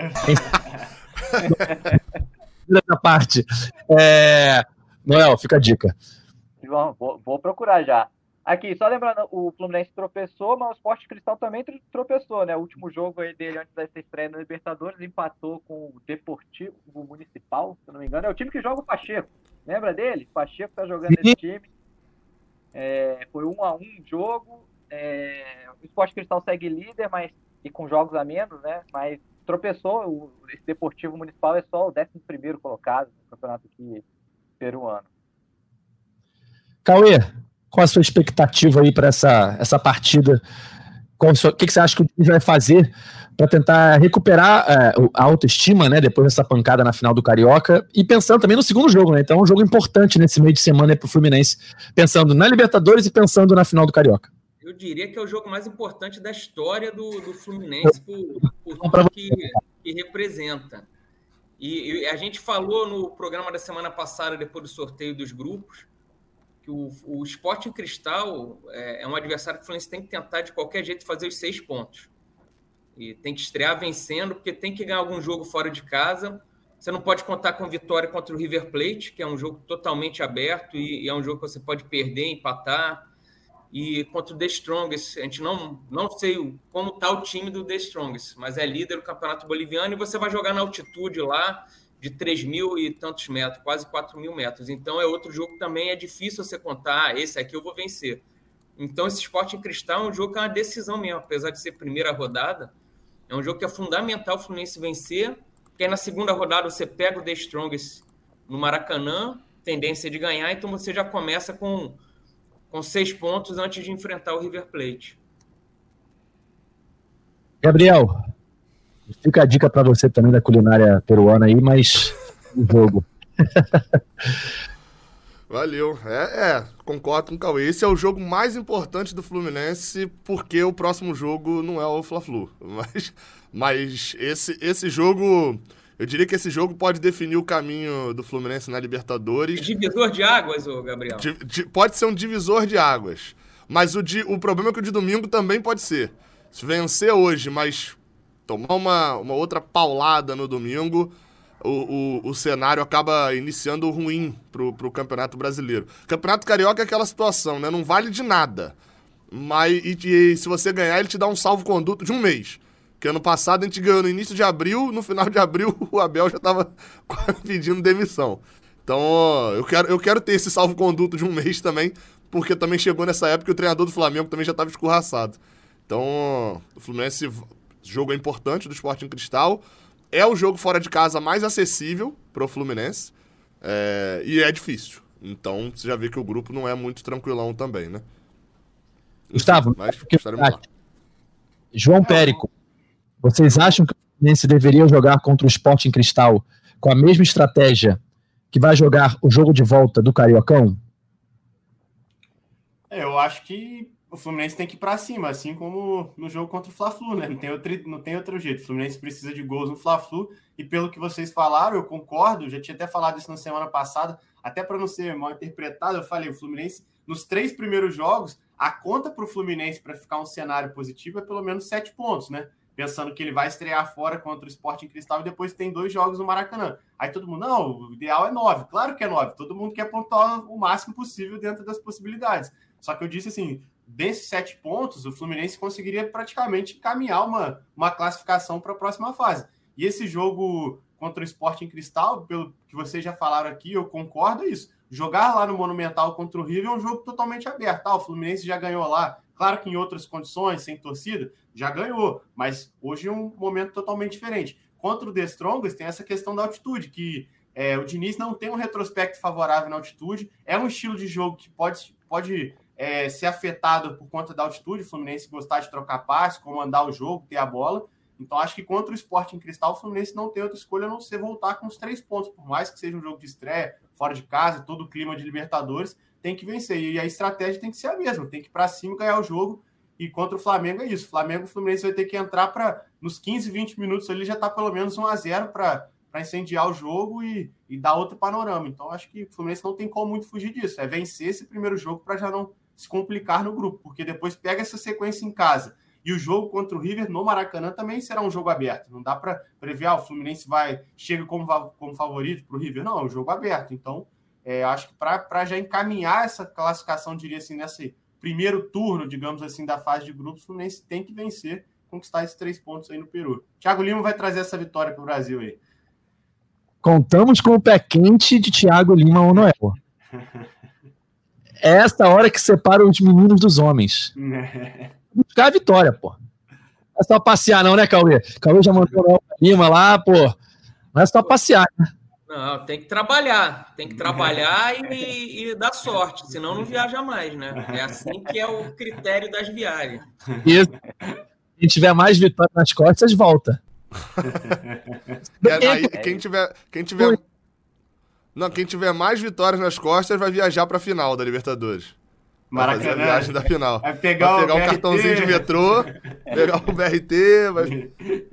Essa parte. É... Noel, fica a dica. Vou, vou procurar já. Aqui, só lembrando, o Fluminense tropeçou, mas o Sport Cristal também tropeçou, né? O último jogo aí dele antes dessa estreia na Libertadores empatou com o Deportivo Municipal, se eu não me engano. É o time que joga o Pacheco. Lembra dele? O Pacheco tá jogando nesse time. É, foi um a um jogo. É, o Sport Cristal segue líder, mas e com jogos a menos, né? Mas tropeçou. O, esse Deportivo Municipal é só o décimo primeiro colocado no campeonato aqui peruano. Cauê, qual a sua expectativa aí para essa, essa partida? Qual o que, que você acha que o time vai fazer para tentar recuperar é, a autoestima, né, depois dessa pancada na final do Carioca? E pensando também no segundo jogo, né? Então é um jogo importante nesse meio de semana para o Fluminense, pensando na Libertadores e pensando na final do Carioca. Eu diria que é o jogo mais importante da história do, do Fluminense por, por tudo que, que representa. E, e a gente falou no programa da semana passada, depois do sorteio dos grupos, que o, o Sporting Cristal é, é um adversário que o Fluminense tem que tentar de qualquer jeito fazer os seis pontos. E tem que estrear vencendo, porque tem que ganhar algum jogo fora de casa. Você não pode contar com vitória contra o River Plate, que é um jogo totalmente aberto e, e é um jogo que você pode perder, empatar. E contra o The Strongest, a gente não, não sei como está o time do The Strongest, mas é líder do Campeonato Boliviano e você vai jogar na altitude lá de três mil e tantos metros, quase quatro mil metros. Então é outro jogo que também é difícil você contar, ah, esse aqui eu vou vencer. Então esse Sporting Cristal é um jogo que é uma decisão mesmo, apesar de ser primeira rodada, é um jogo que é fundamental o Fluminense vencer, porque aí na segunda rodada você pega o The Strongest no Maracanã, tendência de ganhar, então você já começa com, com seis pontos antes de enfrentar o River Plate. Gabriel, fica a dica para você também da culinária peruana aí, mas o jogo. Valeu. É, é, concordo com o Cauê. Esse é o jogo mais importante do Fluminense, porque o próximo jogo não é o Fla-Flu. Mas, mas esse, esse jogo, eu diria que esse jogo pode definir o caminho do Fluminense na Libertadores. Divisor de águas, ô Gabriel? Di, di, pode ser um divisor de águas. Mas o, de, o problema é que o de domingo também pode ser. Se vencer hoje, mas tomar uma, uma outra paulada no domingo, o, o, o cenário acaba iniciando ruim pro, pro Campeonato Brasileiro. Campeonato Carioca é aquela situação, né? Não vale de nada. Mas e, e se você ganhar, ele te dá um salvo-conduto de um mês. Porque ano passado a gente ganhou no início de abril, no final de abril o Abel já estava pedindo demissão. Então, ó, eu quero, eu quero ter esse salvo-conduto de um mês também, porque também chegou nessa época que o treinador do Flamengo também já estava escorraçado. Então, ó, o Fluminense... O jogo é importante do Sporting Cristal. É o jogo fora de casa mais acessível pro Fluminense. É, e é difícil. Então, você já vê que o grupo não é muito tranquilão também, né? Gustavo, mas porque... lá. João Périco, vocês acham que o Fluminense deveria jogar contra o Sporting Cristal com a mesma estratégia que vai jogar o jogo de volta do Cariocão? É, eu acho que o Fluminense tem que ir para cima, assim como no jogo contra o Fla-Flu, né? Não tem outro, não tem outro jeito. O Fluminense precisa de gols no Fla-Flu e pelo que vocês falaram, eu concordo, já tinha até falado isso na semana passada, até para não ser mal interpretado, eu falei, o Fluminense, nos três primeiros jogos, a conta para o Fluminense para ficar um cenário positivo é pelo menos sete pontos, né? Pensando que ele vai estrear fora contra o Sporting Cristal e depois tem dois jogos no Maracanã. Aí todo mundo, não, o ideal é nove. Claro que é nove, todo mundo quer pontuar o máximo possível dentro das possibilidades. Só que eu disse assim, desses sete pontos, o Fluminense conseguiria praticamente encaminhar uma, uma classificação para a próxima fase. E esse jogo contra o Sporting Cristal, pelo que vocês já falaram aqui, eu concordo é isso. Jogar lá no Monumental contra o River é um jogo totalmente aberto. Ah, o Fluminense já ganhou lá, claro que em outras condições, sem torcida, já ganhou, mas hoje é um momento totalmente diferente. Contra o The Strongest tem essa questão da altitude, que é, o Diniz não tem um retrospecto favorável na altitude, é um estilo de jogo que pode... pode é, ser afetado por conta da altitude, o Fluminense gostar de trocar passe, comandar o jogo, ter a bola. Então, acho que contra o Sporting Cristal, o Fluminense não tem outra escolha a não ser voltar com os três pontos, por mais que seja um jogo de estreia, fora de casa, todo o clima de Libertadores, tem que vencer. E a estratégia tem que ser a mesma, tem que ir para cima e ganhar o jogo. E contra o Flamengo é isso. O Flamengo, o Fluminense vai ter que entrar para, nos quinze, vinte minutos ali, já tá pelo menos um a zero para incendiar o jogo e, e dar outro panorama. Então, acho que o Fluminense não tem como muito fugir disso. É vencer esse primeiro jogo para já não se complicar no grupo, porque depois pega essa sequência em casa. E o jogo contra o River no Maracanã também será um jogo aberto. Não dá para prever, ah, o Fluminense vai, chega como, como favorito para o River. Não, é um jogo aberto. Então, é, acho que para já encaminhar essa classificação, diria assim, nesse primeiro turno, digamos assim, da fase de grupos, o Fluminense tem que vencer, conquistar esses três pontos aí no Peru. Thiago Lima vai trazer essa vitória para o Brasil aí. Contamos com o pé quente de Thiago Lima ou Noel. É essa hora que separa os meninos dos homens. Buscar a vitória, pô. Não é só passear não, né, Cauê? Cauê já mandou o Noel Lima lá, pô. Não é só passear, né? Não, tem que trabalhar. Tem que trabalhar e, e dar sorte, senão não viaja mais, né? É assim que é o critério das viagens. Isso. Quem tiver mais vitória nas costas, volta. É, aí, quem tiver, quem tiver, não, quem tiver mais vitórias nas costas vai viajar para a final da Libertadores. Vai fazer a viagem da final. Vai pegar, vai pegar o um B R T. Cartãozinho de metrô, pegar o B R T. Vai...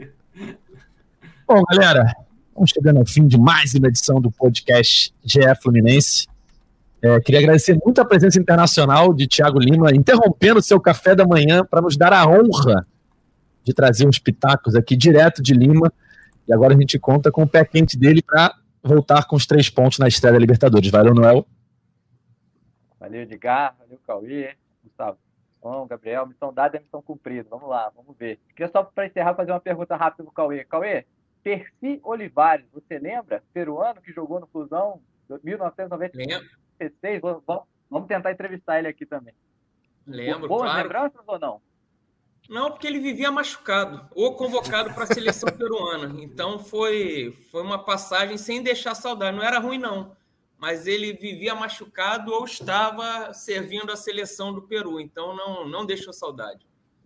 Bom, galera, vamos chegando ao fim de mais uma edição do podcast G E Fluminense. É, queria agradecer muito a presença internacional de Thiago Lima, interrompendo o seu café da manhã para nos dar a honra de trazer uns pitacos aqui direto de Lima, e agora a gente conta com o pé quente dele para voltar com os três pontos na estreia da Libertadores. Valeu, Noel. Valeu, Edgar, valeu, Cauê, Gustavo, Bom, Gabriel, missão dada é missão cumprida, vamos lá, vamos ver. Queria só para encerrar fazer uma pergunta rápida pro Cauê. Cauê, Percy Olivares, você lembra? Peruano que jogou no Flusão mil novecentos e noventa e seis, vamos, vamos tentar entrevistar ele aqui também. Lembro, Boas claro. lembranças ou não? Não, porque ele vivia machucado ou convocado para a seleção peruana. Então foi, foi uma passagem sem deixar saudade. Não era ruim, não. Mas ele vivia machucado ou estava servindo a seleção do Peru. Então não, não deixou saudade.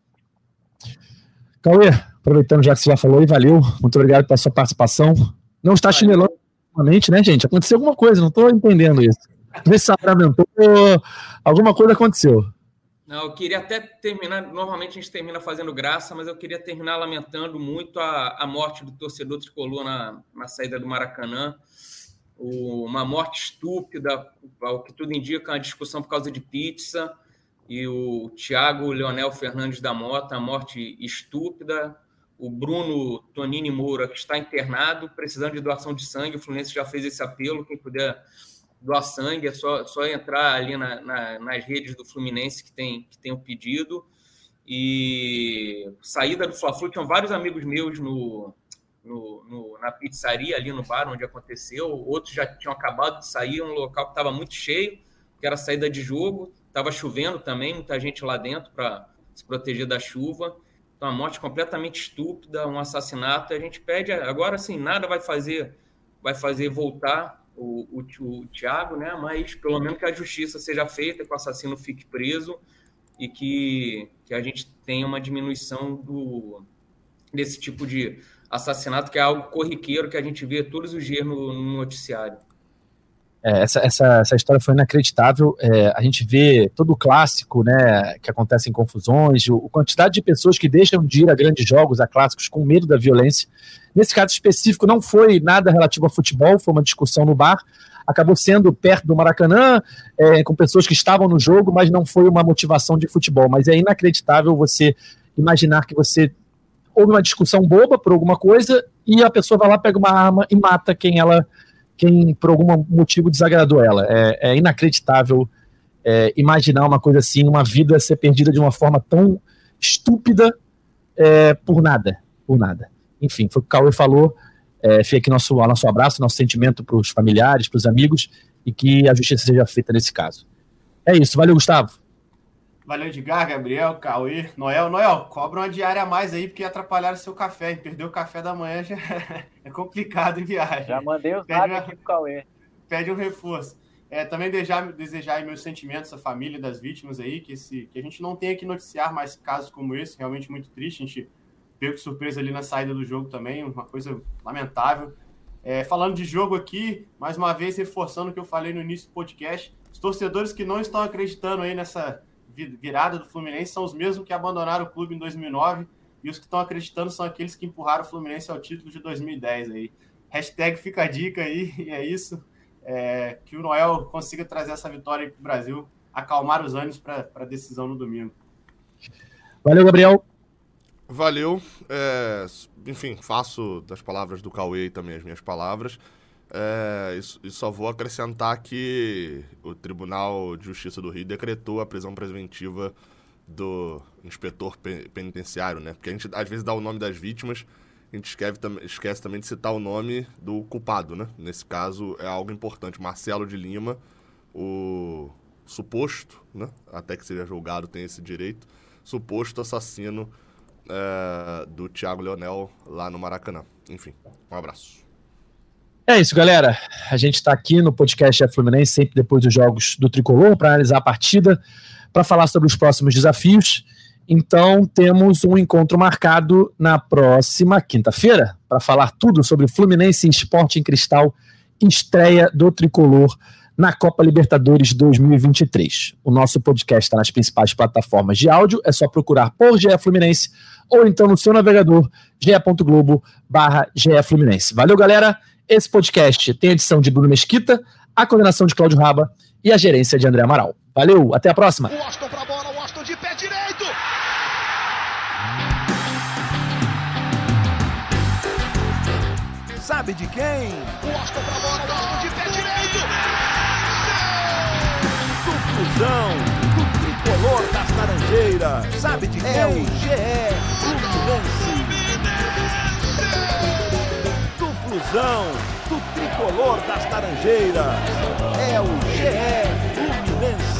Cauê, aproveitando já que você já falou aí, valeu. Muito obrigado pela sua participação. Não está valeu. Chinelando ultimamente, né, gente? Aconteceu alguma coisa, não estou entendendo isso. Ressacramentou, alguma coisa aconteceu. Não, eu queria até terminar, normalmente a gente termina fazendo graça, mas eu queria terminar lamentando muito a, a morte do torcedor tricolor na, na saída do Maracanã. O, uma morte estúpida, ao que tudo indica, uma discussão por causa de pizza. E o Thiago Leonel Fernandes da Mota, a morte estúpida. O Bruno Tonini Moura, que está internado, precisando de doação de sangue. O Fluminense já fez esse apelo, quem puder doar sangue, é só, só entrar ali na, na, nas redes do Fluminense que tem, que tem o pedido. E saída do Fla-Flu, tinham vários amigos meus no, no, no, na pizzaria, ali no bar onde aconteceu. Outros já tinham acabado de sair, um local que estava muito cheio, que era saída de jogo. Estava chovendo também, muita gente lá dentro para se proteger da chuva. Então, uma morte completamente estúpida, um assassinato. A gente pede, agora sim, nada vai fazer, vai fazer voltar O, o, o Thiago, né? Mas pelo menos que a justiça seja feita, que o assassino fique preso e que, que a gente tenha uma diminuição do, desse tipo de assassinato, que é algo corriqueiro que a gente vê todos os dias no, no noticiário. É, essa, essa, essa história foi inacreditável. É, a gente vê todo o clássico, né, que acontece em confusões, o, a quantidade de pessoas que deixam de ir a grandes jogos, a clássicos, com medo da violência. Nesse caso específico, não foi nada relativo ao futebol, foi uma discussão no bar. Acabou sendo perto do Maracanã, é, com pessoas que estavam no jogo, mas não foi uma motivação de futebol. Mas é inacreditável você imaginar que você houve uma discussão boba por alguma coisa e a pessoa vai lá, pega uma arma e mata quem ela, quem por algum motivo desagradou ela. É, é inacreditável é, imaginar uma coisa assim, uma vida ser perdida de uma forma tão estúpida é, por nada, por nada. Enfim, foi o que o Cauê falou, é, fica aqui nosso, nosso abraço, nosso sentimento para os familiares, para os amigos, e que a justiça seja feita nesse caso. É isso, valeu, Gustavo. Valeu, Edgar, Gabriel, Cauê, Noel. Noel, cobra uma diária a mais aí, porque atrapalharam seu café, hein? Perdeu o café da manhã, já é complicado em viagem. Já mandei os dados aqui pro Cauê. Pede um reforço. É, também desejar, desejar meus sentimentos à família das vítimas aí, que, esse, que a gente não tenha que noticiar mais casos como esse, realmente muito triste. A gente pegou de surpresa ali na saída do jogo também, uma coisa lamentável. É, falando de jogo aqui, mais uma vez reforçando o que eu falei no início do podcast, os torcedores que não estão acreditando aí nessa virada do Fluminense são os mesmos que abandonaram o clube em dois mil e nove, e os que estão acreditando são aqueles que empurraram o Fluminense ao título de dois mil e dez aí. Hashtag fica a dica aí, e é isso. É, que o Noel consiga trazer essa vitória para o Brasil, acalmar os ânimos para a decisão no domingo. Valeu, Gabriel. Valeu. É, enfim, faço das palavras do Cauê também as minhas palavras. É, e, e só vou acrescentar que o Tribunal de Justiça do Rio decretou a prisão preventiva do inspetor penitenciário, né? Porque a gente às vezes dá o nome das vítimas, a gente esquece, esquece também de citar o nome do culpado, né? Nesse caso é algo importante. Marcelo de Lima, o suposto, né? Até que seja julgado tem esse direito, suposto assassino é, do Thiago Leonel lá no Maracanã. Enfim, um abraço. É isso, galera. A gente está aqui no podcast da Fluminense, sempre depois dos jogos do Tricolor, para analisar a partida, para falar sobre os próximos desafios. Então, temos um encontro marcado na próxima quinta-feira para falar tudo sobre Fluminense e Sport em Cristal, estreia do Tricolor na Copa Libertadores dois mil e vinte e três. O nosso podcast está nas principais plataformas de áudio, é só procurar por G E Fluminense ou então no seu navegador ge.globo barra GE Fluminense. Valeu, galera! Esse podcast tem a edição de Bruno Mesquita, a coordenação de Cláudio Raba e a gerência de André Amaral. Valeu, até a próxima! O Washington pra bola, o Washington de pé direito! Sabe de quem? O Washington pra bola, o Washington de pé direito! Do Flusão, do tricolor das Laranjeiras. Sabe de quem? É o G E Fluminense. Do Flusão, do tricolor das Laranjeiras. É o G E Fluminense.